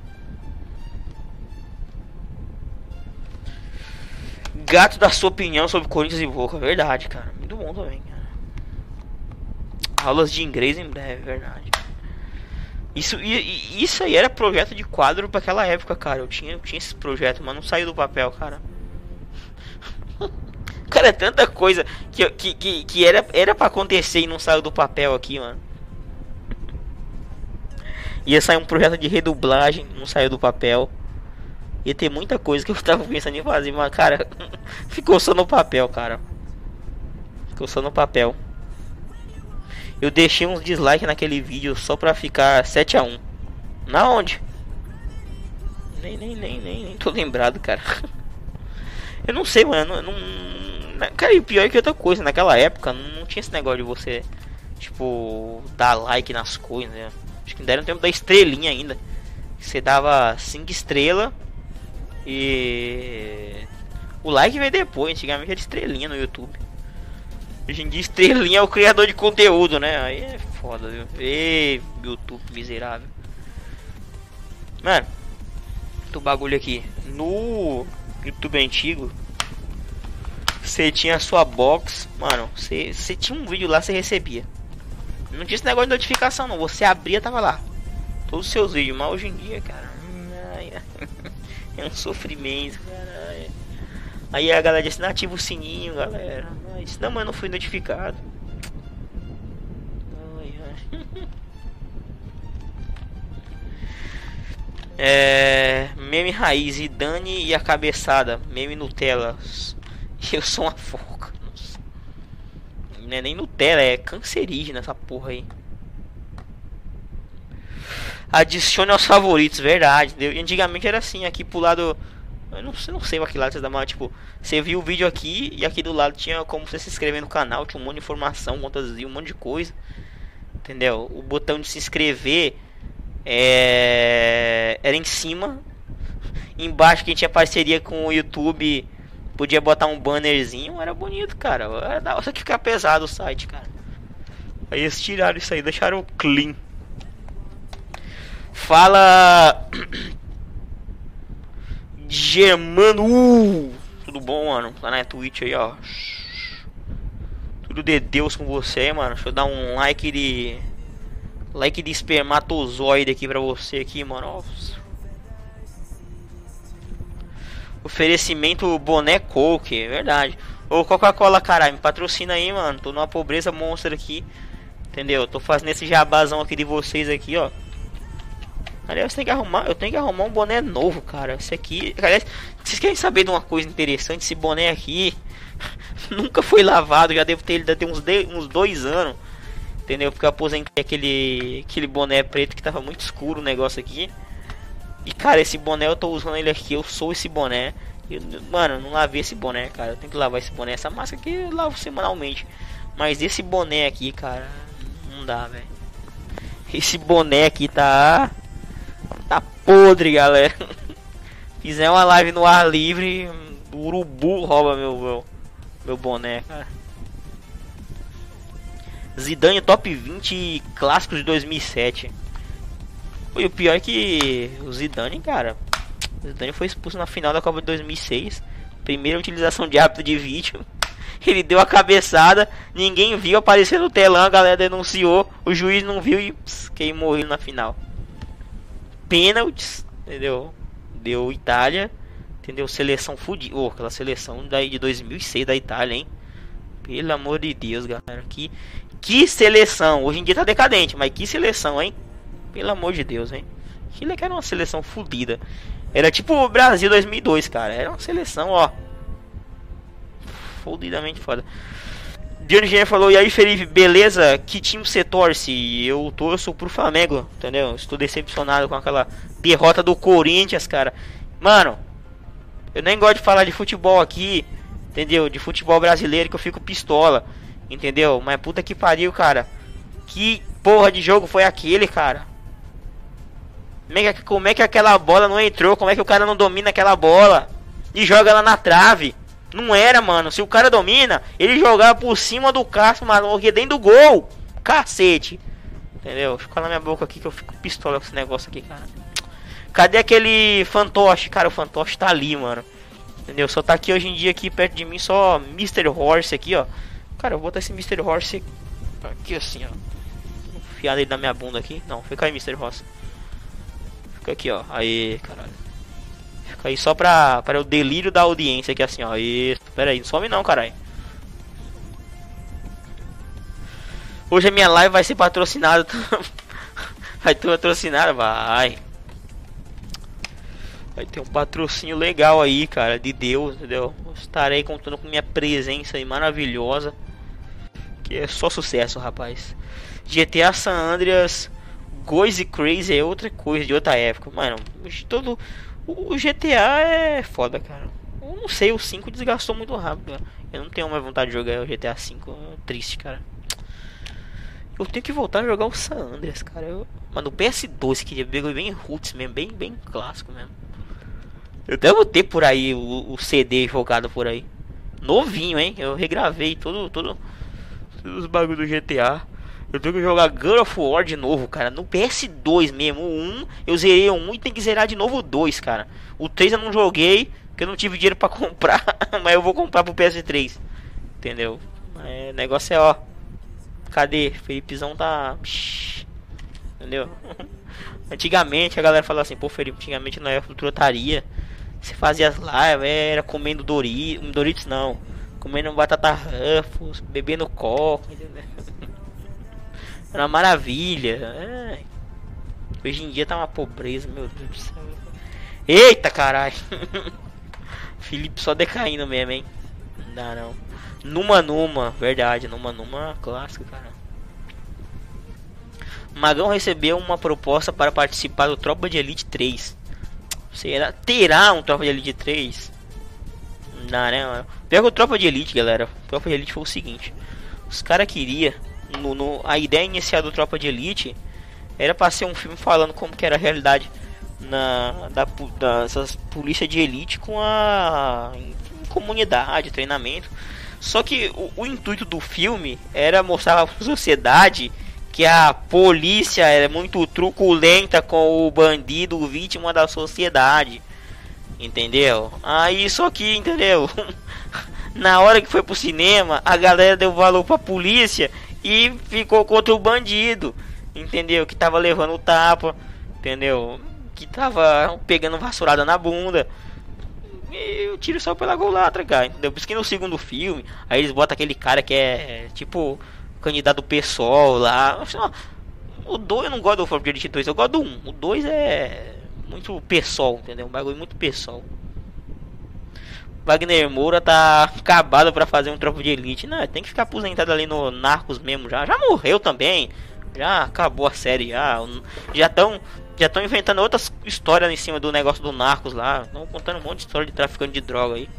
Gato, da sua opinião sobre Corinthians e Boca. Verdade, cara. Muito bom também, cara. Aulas de inglês em breve, verdade. Isso, e, isso aí era projeto de quadro pra aquela época, cara. Eu tinha, eu tinha esse projeto, mas não saiu do papel, cara. Cara, é tanta coisa que, que, que, que era, era pra acontecer e não saiu do papel aqui, mano. Ia sair um projeto de redublagem, não saiu do papel. Ia ter muita coisa que eu tava pensando em fazer, mas, cara, ficou só no papel, cara. Ficou só no papel. Eu deixei uns dislikes naquele vídeo só pra ficar sete a um. Na onde? Nem, nem, nem, nem, nem tô lembrado, cara. Eu não sei, mano. Eu não... Cara, e pior é que outra coisa, naquela época não tinha esse negócio de você, tipo, dar like nas coisas, né? Acho que ainda era no tempo da estrelinha ainda. Você dava cinco estrelas e o like veio depois. Antigamente era estrelinha no YouTube. Hoje em dia estrelinha é o criador de conteúdo, né? Aí é foda, viu? Ei, YouTube miserável. Mano, do bagulho aqui. No YouTube antigo, você tinha a sua box. Mano, você, você tinha um vídeo lá, você recebia. Não tinha esse negócio de notificação não. Você abria, tava lá todos os seus vídeos. Mas hoje em dia, cara, é um sofrimento, caralho. Aí a galera disse, ativa o sininho, galera. Mas não, mas não fui notificado. Ai, ai. É... Meme raiz, e Dani e a cabeçada. Meme Nutella. Eu sou uma foca. Não é nem Nutella, é cancerígena essa porra aí. Adicione aos favoritos, verdade. E antigamente era assim, aqui pro lado... Eu não, eu não sei pra que lado você dá, mas tipo... Você viu o vídeo aqui e aqui do lado tinha como você se inscrever no canal. Tinha um monte de informação, quantas um monte de coisa. entendeu? O botão de se inscrever é... era em cima. Embaixo quem tinha parceria com o YouTube podia botar um bannerzinho, era bonito, cara. Era da... Só que fica pesado o site, cara. Aí eles tiraram isso aí, deixaram clean. Fala Germano, uh, tudo bom, mano? Tá na Twitch aí, ó. Tudo de Deus com você, mano. Deixa eu dar um like de like de espermatozoide aqui pra você aqui, mano. Oferecimento boné Coke, é verdade. Ô Coca-Cola, caralho, me patrocina aí, mano. Tô numa pobreza monstra aqui. Entendeu? Tô fazendo esse jabazão aqui de vocês aqui, ó. Aliás, tem que arrumar, eu tenho que arrumar um boné novo, cara. Esse aqui, aliás, vocês querem saber de uma coisa interessante? Esse boné aqui nunca foi lavado, já devo ter ele deve ter uns, de, uns dois anos. Entendeu? Porque eu aposentei aquele aquele boné preto que tava muito escuro o negócio aqui. E cara, esse boné eu tô usando ele aqui, eu sou esse boné. Eu, mano, eu não lavei esse boné, cara. Eu tenho que lavar esse boné, essa máscara aqui eu lavo semanalmente. Mas esse boné aqui, cara, não dá, velho. Esse boné aqui tá tá podre, galera. Fizer uma live no ar livre, o urubu rouba meu meu, meu boné, cara. Zidane top vinte clássicos de dois mil e sete. E o pior é que o Zidane, cara, o Zidane foi expulso na final da Copa de dois mil e seis. Primeira utilização de hábito de vídeo. Ele deu a cabeçada, ninguém viu aparecer no telão, a galera denunciou, o juiz não viu e pss, quem morreu na final. Pênaltis, entendeu? Deu Itália, entendeu? Seleção fudida, oh, aquela seleção daí de dois mil e seis da Itália, hein? Pelo amor de Deus, galera, que que seleção. Hoje em dia tá decadente, mas que seleção, hein? Pelo amor de Deus, hein? Aquilo que era uma seleção fodida. Era tipo o Brasil dois mil e dois, cara. Era uma seleção, ó, fodidamente foda. Dione Engenheiro falou: e aí, Felipe, beleza? Que time você torce? Eu torço pro Flamengo, entendeu? Estou decepcionado com aquela derrota do Corinthians, cara. Mano, eu nem gosto de falar de futebol aqui, entendeu? De futebol brasileiro, que eu fico pistola, entendeu? Mas puta que pariu, cara. Que porra de jogo foi aquele, cara? Como é que, como é que aquela bola não entrou? Como é que o cara não domina aquela bola e joga ela na trave? Não era, mano. Se o cara domina, ele jogava por cima do Cássio, mano, dentro do gol. Cacete. Entendeu? Fica na minha boca aqui que eu fico pistola com esse negócio aqui, cara. Cadê aquele fantoche? Cara, o fantoche tá ali, mano. Entendeu? Só tá aqui hoje em dia, aqui perto de mim, só mister Horse aqui, ó. Cara, eu vou botar esse mister Horse aqui assim, ó. Enfiado ele na minha bunda aqui. Não, fica aí, mister Horse. Fica aqui, ó. Aí, caralho. Fica aí só pra, pra o delírio da audiência aqui assim, ó. Isso. Pera aí, não some não, caralho. Hoje a minha live vai ser patrocinada. Vai ter patrocinada, vai. Vai ter um patrocínio legal aí, cara, de Deus, entendeu? Estarei contando com minha presença aí maravilhosa. Que é só sucesso, rapaz. G T A San Andreas Goes Crazy é outra coisa, de outra época. Mano, todo... o G T A é foda, cara. Eu não sei, o cinco desgastou muito rápido, cara. Eu não tenho mais vontade de jogar o G T A cinco. É triste, cara. Eu tenho que voltar a jogar o San Andreas, cara. Eu... Mano, o P S dois que pegou bem roots mesmo, bem, bem clássico mesmo. Eu devo ter por aí o, o C D jogado por aí. Novinho, hein? Eu regravei todo, todo, todos os bagulhos do G T A. Eu tenho que jogar God of War de novo, cara. No P S dois mesmo. O um, eu zerei o um e tem que zerar de novo o dois, cara. O três eu não joguei, porque eu não tive dinheiro pra comprar. Mas eu vou comprar pro P S três. Entendeu? O negócio é, ó. Cadê? Felipezão tá... Entendeu? Antigamente a galera falava assim: pô, Felipe, antigamente na época do Trotaria, você fazia as lives, era comendo Doritos, Doritos não, comendo batata Ruffles, bebendo coca, entendeu? Era uma maravilha. É. Hoje em dia tá uma pobreza, meu Deus do céu. Eita, caralho. Felipe só decaindo mesmo, hein? Não dá não. Numa Numa, verdade, Numa Numa clássico, cara. Magão recebeu uma proposta para participar do Tropa de Elite três. Será? Terá um Tropa de Elite três? Não, né? Pior que o Tropa de Elite, galera. O Tropa de Elite foi o seguinte: os caras queriam no, no, a ideia inicial do Tropa de Elite era pra ser um filme falando como que era a realidade na, da, dessas polícias de elite com a em, em comunidade, treinamento. Só que o, o intuito do filme era mostrar à sociedade que a polícia é muito truculenta com o bandido, vítima da sociedade. Entendeu? Aí só que, entendeu? Na hora que foi pro cinema, a galera deu valor pra polícia e ficou contra o bandido. Entendeu? Que tava levando o tapa. Entendeu? Que tava pegando vassourada na bunda. E o tiro saiu pela golatra, cara. Entendeu? Por isso que no segundo filme, aí eles botam aquele cara que é tipo candidato do PSOL lá. O dois eu não gosto do Tropa de Elite dois, eu gosto do um. O dois é muito PSOL, entendeu? Um bagulho muito PSOL. Wagner Moura tá acabado pra fazer um Tropa de Elite. Não, tem que ficar aposentado ali no Narcos mesmo já. Já morreu também. Já acabou a série já. Já estão já estão inventando outras histórias em cima do negócio do Narcos lá. Estão contando um monte de história de traficante de droga aí.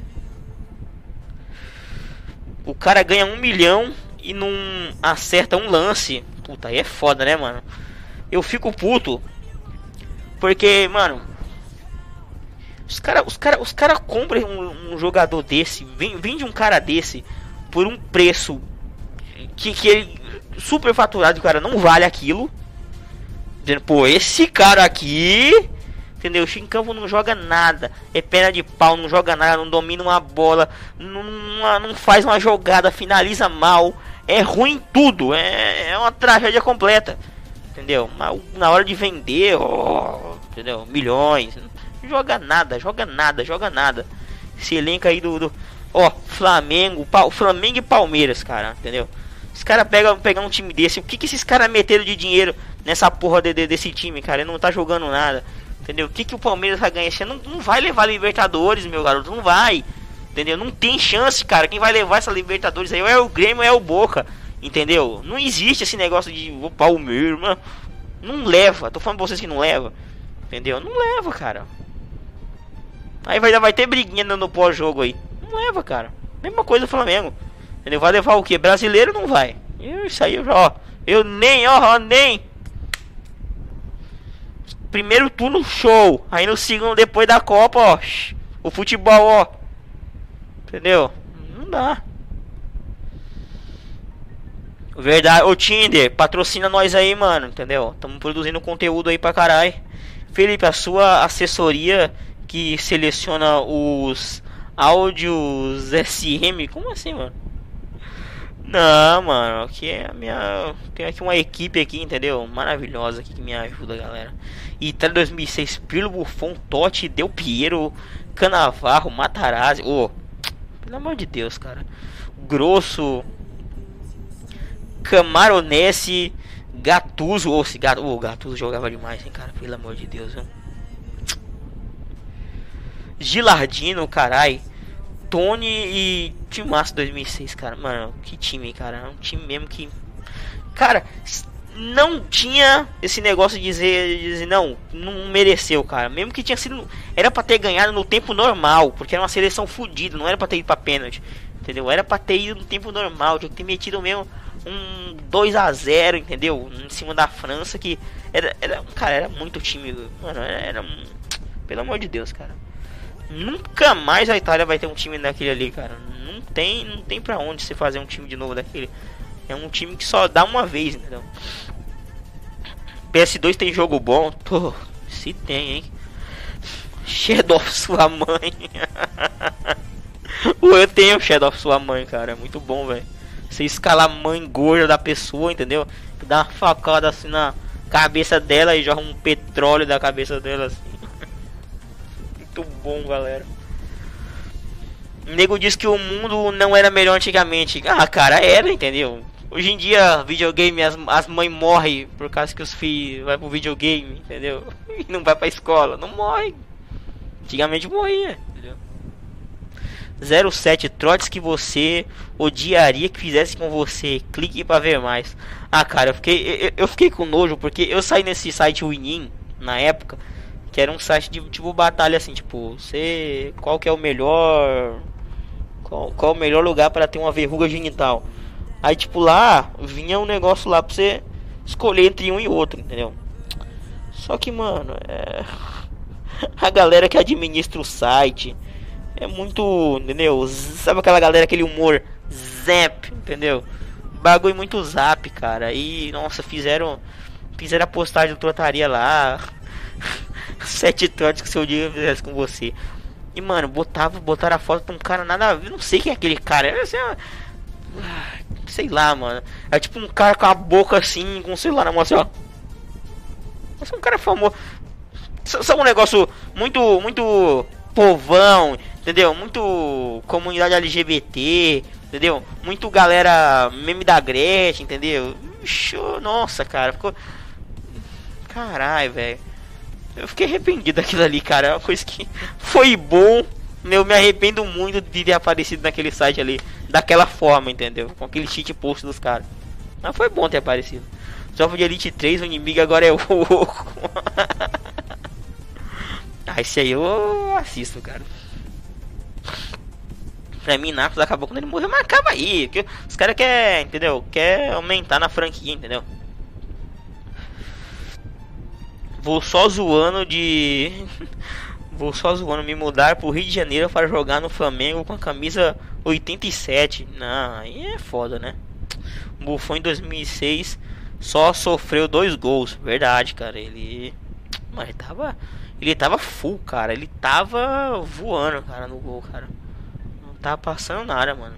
O cara ganha um milhão e não acerta um lance. Puta, aí é foda, né, mano? Eu fico puto. Porque, mano, os cara, os cara, os cara compram um, um jogador desse, vende um cara desse por um preço que, que ele super faturado, o cara não vale aquilo. Dizendo, pô, esse cara aqui, entendeu? O em campo não joga nada, é perna de pau, não joga nada, não domina uma bola, não, não faz uma jogada, finaliza mal, é ruim em tudo, é, é uma tragédia completa, entendeu? Mas na hora de vender, oh, entendeu? Milhões, não joga nada, joga nada, joga nada. Esse elenco aí do, do ó, Flamengo, pa, Flamengo e Palmeiras, cara, entendeu? Os caras pegam pegar um time desse, o que que esses caras meteram de dinheiro nessa porra de, de, desse time, cara? Ele não tá jogando nada, entendeu? O que que o Palmeiras vai ganhar? Você não, não vai levar Libertadores, meu garoto, não vai, entendeu? Não tem chance, cara. Quem vai levar essa Libertadores aí é o Grêmio, é o Boca, entendeu? Não existe esse negócio de o Palmeiras, mano. Não leva, tô falando pra vocês que não leva, entendeu? Não leva, cara. Aí vai, vai ter briguinha no, no pós-jogo aí. Não leva, cara. Mesma coisa do Flamengo, entendeu? Vai levar o que? Brasileiro não vai. Eu, isso aí, ó. Eu nem, ó, nem. Primeiro turno, show. Aí no segundo, depois da Copa, ó. O futebol, ó. Entendeu? Não dá. Verdade. Ô Tinder, patrocina nós aí, mano. Entendeu? Estamos produzindo conteúdo aí pra caralho. Felipe, a sua assessoria que seleciona os áudios S M. Como assim, mano? Não, mano, aqui é a minha. Tem aqui uma equipe aqui, entendeu? Maravilhosa aqui que me ajuda, galera. Itália dois mil e seis, Pirlo, Buffon, Totti, Del Piero, Cannavaro, Matarazzi. Ô, oh, pelo amor de Deus, cara. Grosso, Camaronese, Gattuso. Ô, oh, Gat... oh, Gattuso jogava demais, hein, cara. Pelo amor de Deus, viu? Gilardino, carai. Tony e Timaço dois mil e seis, cara. Mano, que time, cara. Um time mesmo que, cara, não tinha esse negócio de dizer, de dizer não, não mereceu, cara. Mesmo que tinha sido, era pra ter ganhado no tempo normal, porque era uma seleção fodida, não era pra ter ido pra pênalti, entendeu? Era pra ter ido no tempo normal, tinha que ter metido mesmo um dois a zero, entendeu? Em cima da França, que era, era cara, era muito time, mano, era, era pelo amor de Deus, cara. Nunca mais a Itália vai ter um time daquele ali, cara. Não tem, não tem pra onde você fazer um time de novo daquele. É um time que só dá uma vez, entendeu? P S dois tem jogo bom? Pô, se tem, hein? Shadow of sua mãe. Eu tenho Shadow of sua mãe, cara. É muito bom, velho. Você escalar a mãe gorda da pessoa, entendeu? Dá uma facada assim na cabeça dela e joga um petróleo da cabeça dela assim. Muito bom, galera. O nego diz que o mundo não era melhor antigamente. Ah, cara, era, entendeu? Hoje em dia, videogame, as, as mães morrem por causa que os filhos vai pro videogame, entendeu? E não vai pra escola. Não morre. Antigamente morria, entendeu? zero sete trotes que você odiaria que fizesse com você. Clique pra ver mais. Ah, cara, eu fiquei, eu, eu fiquei com nojo porque eu saí nesse site Winin na época. Que era um site de tipo batalha assim, tipo, você qual que é o melhor qual, qual é o melhor lugar para ter uma verruga genital? Aí tipo lá, vinha um negócio lá pra você escolher entre um e outro, entendeu? Só que, mano, é... a galera que administra o site é muito, entendeu? Sabe aquela galera, aquele humor zap, entendeu? Bagulho muito zap, cara. E, nossa, fizeram Fizeram a postagem do Trotaria lá. Sete trotes que o seu dia fizesse com você. E, mano, botava, botaram a foto de um cara nada a ver. Não sei quem é aquele cara. Era assim, sei lá, mano. É tipo um cara com a boca assim, com o celular na mão assim, ó. Esse é um cara famoso. Sabe um negócio muito, muito povão, entendeu? Muito comunidade L G B T, entendeu? Muito galera meme da Gretchen, entendeu? Show, nossa, cara, ficou... Caralho, velho. Eu fiquei arrependido daquilo ali, cara. É uma coisa que foi bom. Eu me arrependo muito de ter aparecido naquele site ali daquela forma, entendeu? Com aquele cheat post dos caras. Mas foi bom ter aparecido. Jovem de Elite três, o inimigo agora é o oco. Ah, esse aí eu assisto, cara. Pra mim, Narcos acabou quando ele morreu, mas acaba aí. Porque os caras querem, entendeu? Quer aumentar na franquia, entendeu? Vou só zoando de... Vou só zoando me mudar pro Rio de Janeiro para jogar no Flamengo com a camisa oitenta e sete. Não, aí é foda, né? O Buffon em dois mil e seis só sofreu dois gols. Verdade, cara. Ele... Mas ele tava... Ele tava full, cara. Ele tava voando, cara, no gol, cara. Não tava passando nada, mano.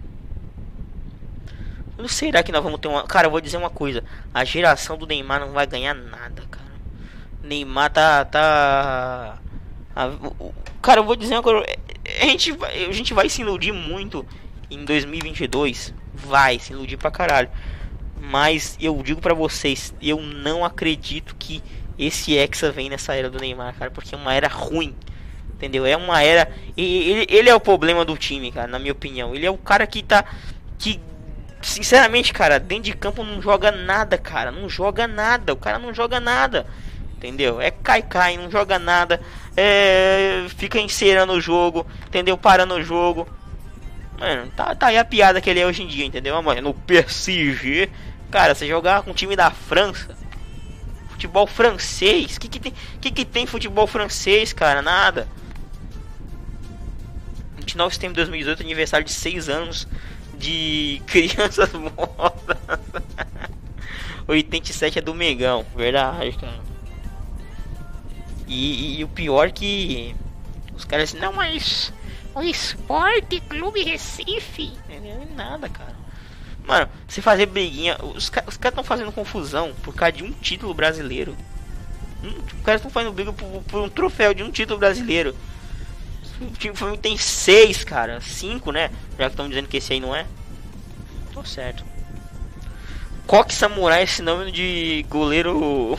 Não será que nós vamos ter uma... Cara, eu vou dizer uma coisa. A geração do Neymar não vai ganhar nada, cara. Neymar tá... tá... A... Cara, eu vou dizer uma coisa. A gente, vai, a gente vai se iludir muito em dois mil e vinte e dois. Vai se iludir pra caralho. Mas eu digo pra vocês, eu não acredito que esse Hexa vem nessa era do Neymar, cara. Porque é uma era ruim, entendeu? É uma era... Ele, ele é o problema do time, cara, na minha opinião. Ele é o cara que tá... Que, sinceramente, cara, dentro de campo não joga nada, cara. Não joga nada. O cara não joga nada, entendeu? É cai-cai, não joga nada. É... Fica encerando o jogo, entendeu? Parando o jogo. Mano, tá, tá aí a piada que ele é hoje em dia, entendeu? Mano, no P S G... Cara, você jogar com o time da França, futebol francês, que que tem, que que tem futebol francês, cara? Nada. vinte e nove de setembro de dois mil e dezoito, aniversário de seis anos de crianças mortas. oitenta e sete é do Mengão, verdade, cara. E, e, e o pior que os caras assim, não, mas o Esporte Clube Recife, não é nada, cara. Mano, se fazer briguinha, os, ca os caras estão fazendo confusão por causa de um título brasileiro. Hum, os caras estão fazendo briga por, por um troféu de um título brasileiro. O time Flamengo tem seis, cara. Cinco, né? Já que estão dizendo que esse aí não é. Tô certo. Coque Samurai, esse nome de goleiro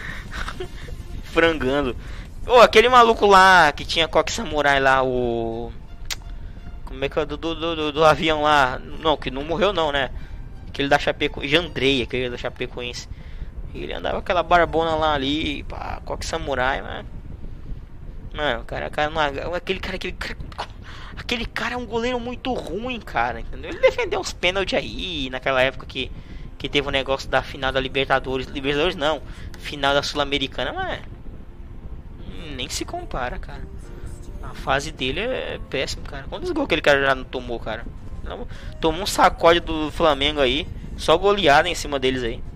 frangando. Ô, oh, aquele maluco lá que tinha Coque Samurai lá, o... Como é que é do, do, do, do avião lá? Não, que não morreu não, né? Aquele da Chapecoense, Jandrei, aquele da Chapecoense. Ele andava aquela barbona lá ali, pá, Coque Samurai, mano. Mano, cara, cara não, aquele cara, aquele cara, aquele cara é um goleiro muito ruim, cara, entendeu? Ele defendeu uns pênaltis aí, naquela época que, que teve o um negócio da final da Libertadores. Libertadores não, final da Sul-Americana, mas nem se compara, cara. A fase dele é péssima, cara. Quantos gols aquele cara já não tomou, cara? Tomou um sacode do Flamengo aí. Só goleada em cima deles aí.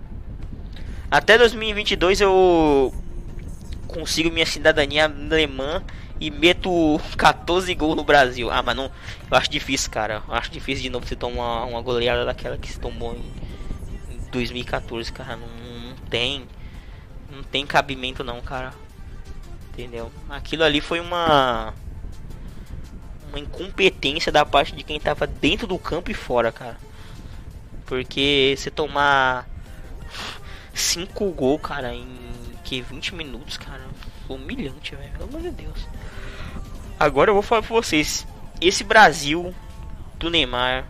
Até dois mil e vinte e dois eu consigo minha cidadania alemã e meto quatorze gols no Brasil. Ah, mas não... Eu acho difícil, cara. Eu acho difícil de novo você tomar uma goleada daquela que se tomou em dois mil e quatorze, cara. Não, não tem... Não tem cabimento não, cara. Entendeu? Aquilo ali foi uma uma incompetência da parte de quem tava dentro do campo e fora, cara. Porque você tomar cinco gols, cara, em que vinte minutos, cara, foi humilhante, velho. Pelo amor de Deus. Agora eu vou falar pra vocês. Esse Brasil do Neymar,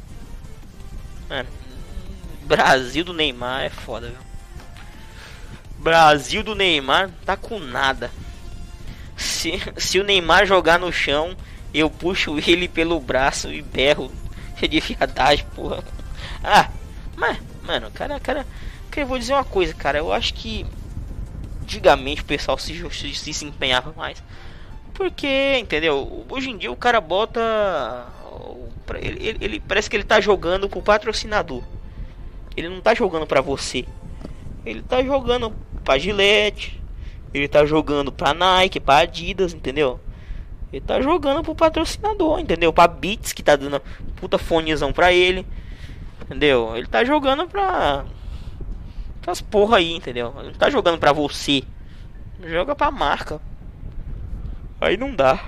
mano, Brasil do Neymar é foda, viu? Brasil do Neymar tá com nada. Se, se o Neymar jogar no chão, eu puxo ele pelo braço e berro de viadagem, porra. Ah, mas, mano, cara, cara, cara, eu vou dizer uma coisa, cara. Eu acho que antigamente o pessoal se, se, se empenhava mais. Porque, entendeu? Hoje em dia o cara bota. Ele, ele, ele parece que ele tá jogando pro patrocinador. Ele não tá jogando pra você. Ele tá jogando pra Gillette. Ele tá jogando pra Nike, pra Adidas, entendeu? Ele tá jogando pro patrocinador, entendeu? Pra Beats, que tá dando puta fonezão pra ele. Entendeu? Ele tá jogando pra essas porra aí, entendeu? Ele não tá jogando pra você. Joga pra marca. Aí não dá.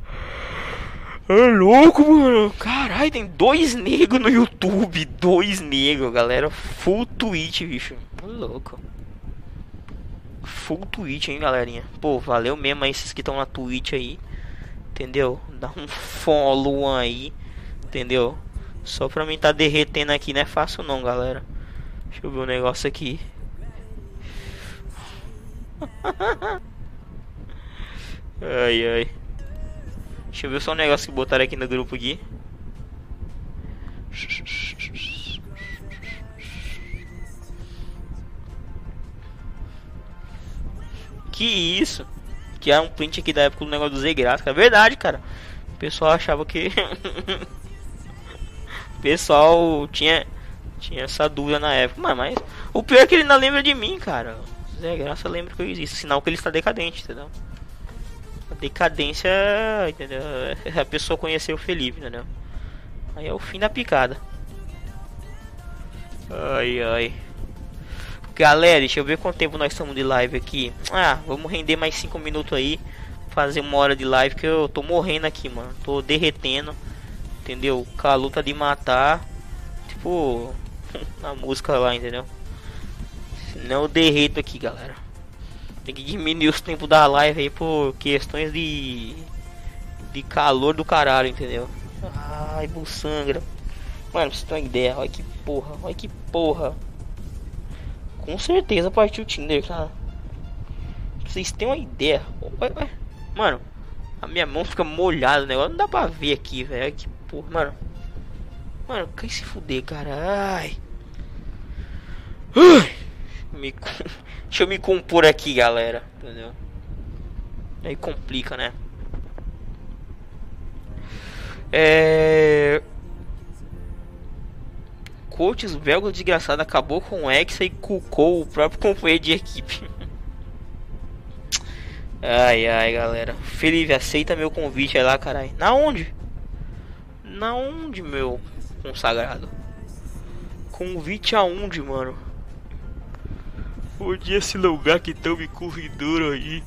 É louco, mano. Caralho, tem dois negros no YouTube. Dois negros, galera. Full Twitch, bicho. É louco. Full Twitch, hein, galerinha. Pô, valeu mesmo aí esses que estão na Twitch aí. Entendeu? Dá um follow aí. Entendeu? Só pra mim tá derretendo aqui não é fácil não, galera. Deixa eu ver o um negócio aqui. Ai, ai. Deixa eu ver só um negócio que botaram aqui no grupo aqui. Que isso? Que é um print aqui da época do negócio do Z gráfico. É verdade, cara. O pessoal achava que... o pessoal tinha... Tinha essa dúvida na época. Mas, mas... O pior é que ele não lembra de mim, cara. Zé Graça lembra que eu existo. Sinal que ele está decadente, entendeu? A decadência, entendeu? A pessoa conheceu o Felipe, entendeu? Aí é o fim da picada. Ai, ai. Galera, deixa eu ver quanto tempo nós estamos de live aqui. Ah, vamos render mais cinco minutos aí. Fazer uma hora de live que eu tô morrendo aqui, mano. Tô derretendo. Entendeu? O calor tá de matar. Tipo, na música lá, entendeu? Senão eu derreto aqui, galera. Tem que diminuir os tempos da live aí por questões de... De calor do caralho, entendeu? Ai, buçangra. Mano, pra você ter uma ideia, olha que porra, olha que porra. Com certeza partiu o Tinder, cara. Pra vocês terem uma ideia. Mano, a minha mão fica molhada, o negócio não dá pra ver aqui, velho. Que porra, mano. Mano, quer se fuder, cara. Ai. Me... Deixa eu me compor aqui, galera. Entendeu? Aí complica, né? É... Coaches belga desgraçado acabou com o Hexa e cucou o próprio companheiro de equipe. Ai, ai, galera. Felipe, aceita meu convite aí lá, caralho. Na onde? Na onde, meu consagrado? Convite aonde, mano? Onde esse lugar que tão me convidando aí?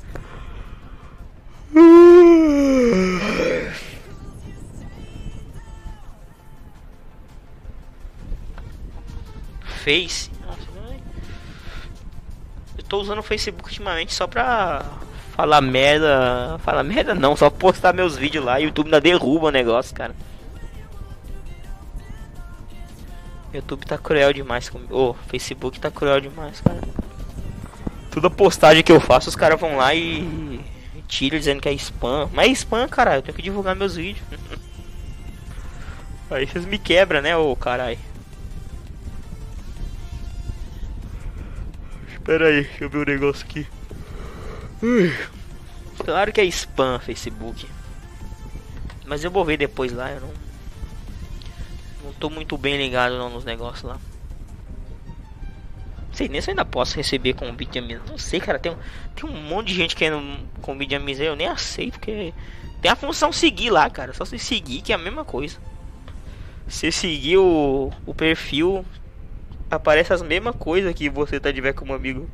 Face? Eu tô usando o Facebook ultimamente só pra falar merda. Falar merda não, só postar meus vídeos lá. YouTube ainda derruba o negócio, cara. YouTube tá cruel demais comigo. Ô, oh, Facebook tá cruel demais, cara. Toda postagem que eu faço, os caras vão lá e tiram dizendo que é spam. Mas é spam, caralho. Eu tenho que divulgar meus vídeos. Aí vocês me quebram, né, ô caralho. Espera aí, deixa eu ver o negócio aqui. Ui. Claro que é spam, Facebook. Mas eu vou ver depois lá, eu não... Não tô muito bem ligado não nos negócios lá. Não sei nem se eu ainda posso receber convite de amizade. Não sei, cara, tem um, tem um monte de gente querendo convite de amizade. Eu nem aceito, porque tem a função seguir lá, cara. Só se seguir que é a mesma coisa. Se seguir o, o perfil, aparece as mesmas coisas que você tá tiver como amigo.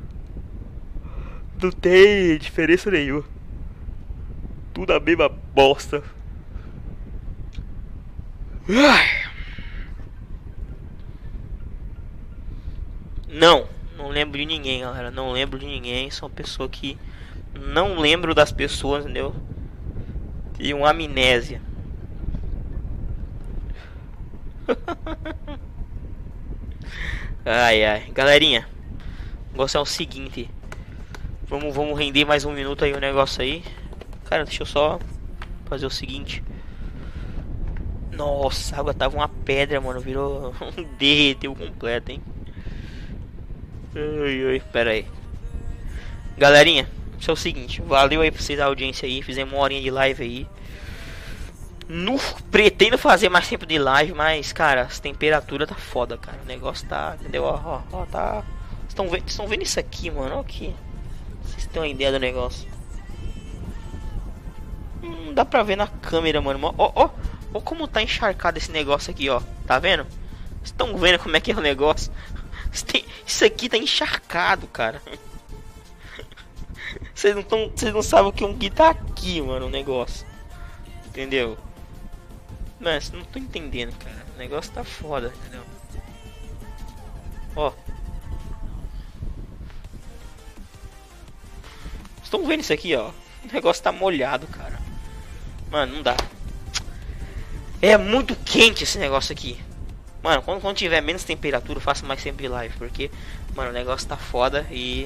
Não tem diferença nenhuma. Tudo a mesma bosta. Não, não lembro de ninguém, galera. Não lembro de ninguém. Sou uma pessoa que não lembro das pessoas, entendeu? Tenho uma amnésia. Ai, ai. Galerinha, o negócio é o seguinte. Vamos, vamos render mais um minuto aí o negócio aí. Cara, deixa eu só fazer o seguinte. Nossa, a água tava uma pedra, mano. Virou... derreteu completo, hein. Ai, ai, pera aí. Galerinha, isso é o seguinte. Valeu aí pra vocês a audiência aí. Fizemos uma horinha de live aí. No, pretendo fazer mais tempo de live, mas, cara, as temperaturas tá foda, cara. O negócio tá, entendeu? Ó, ó, ó tá... Estão vendo, estão vendo isso aqui, mano? Olha aqui. Vocês têm uma ideia do negócio. Não dá pra ver na câmera, mano. Ó, ó, ó como tá encharcado esse negócio aqui, ó. Tá vendo? Vocês estão vendo como é que é o negócio? Isso aqui tá encharcado, cara. Vocês não tão, vocês não sabem o que um que tá aqui, mano, o negócio. Entendeu? Mas não tô entendendo, cara. O negócio tá foda, entendeu? Ó. Estão vendo isso aqui, ó? O negócio tá molhado, cara. Mano, não dá. É muito quente esse negócio aqui. Mano, quando, quando tiver menos temperatura, eu faço mais sempre live. Porque, mano, o negócio tá foda e...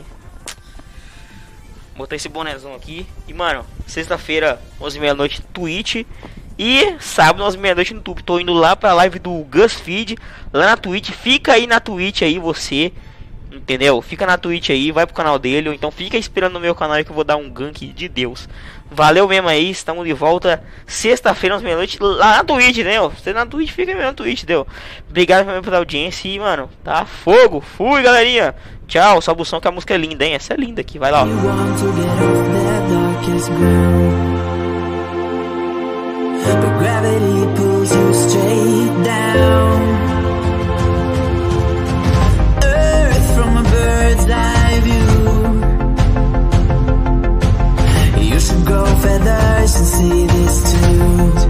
botar esse bonézão aqui. E, mano, sexta-feira, onze e meia da noite, Twitch. E sábado, onze e meia da noite no YouTube. Tô indo lá pra live do GusFeed, lá na Twitch. Fica aí na Twitch aí, você. Entendeu? Fica na Twitch aí, vai pro canal dele. Ou então fica esperando no meu canal aí que eu vou dar um gank de Deus. Valeu mesmo aí, estamos de volta sexta-feira, onze e meia da noite, lá na Twitch, né? Você na Twitch, fica mesmo na Twitch, deu? Obrigado mesmo pela audiência e, mano, tá fogo. Fui, galerinha. Tchau, Salbução, que a música é linda, hein? Essa é linda aqui, vai lá, ó. But gravity pulls you straight down. Earth from a bird's eye view. You should grow feathers and see this too.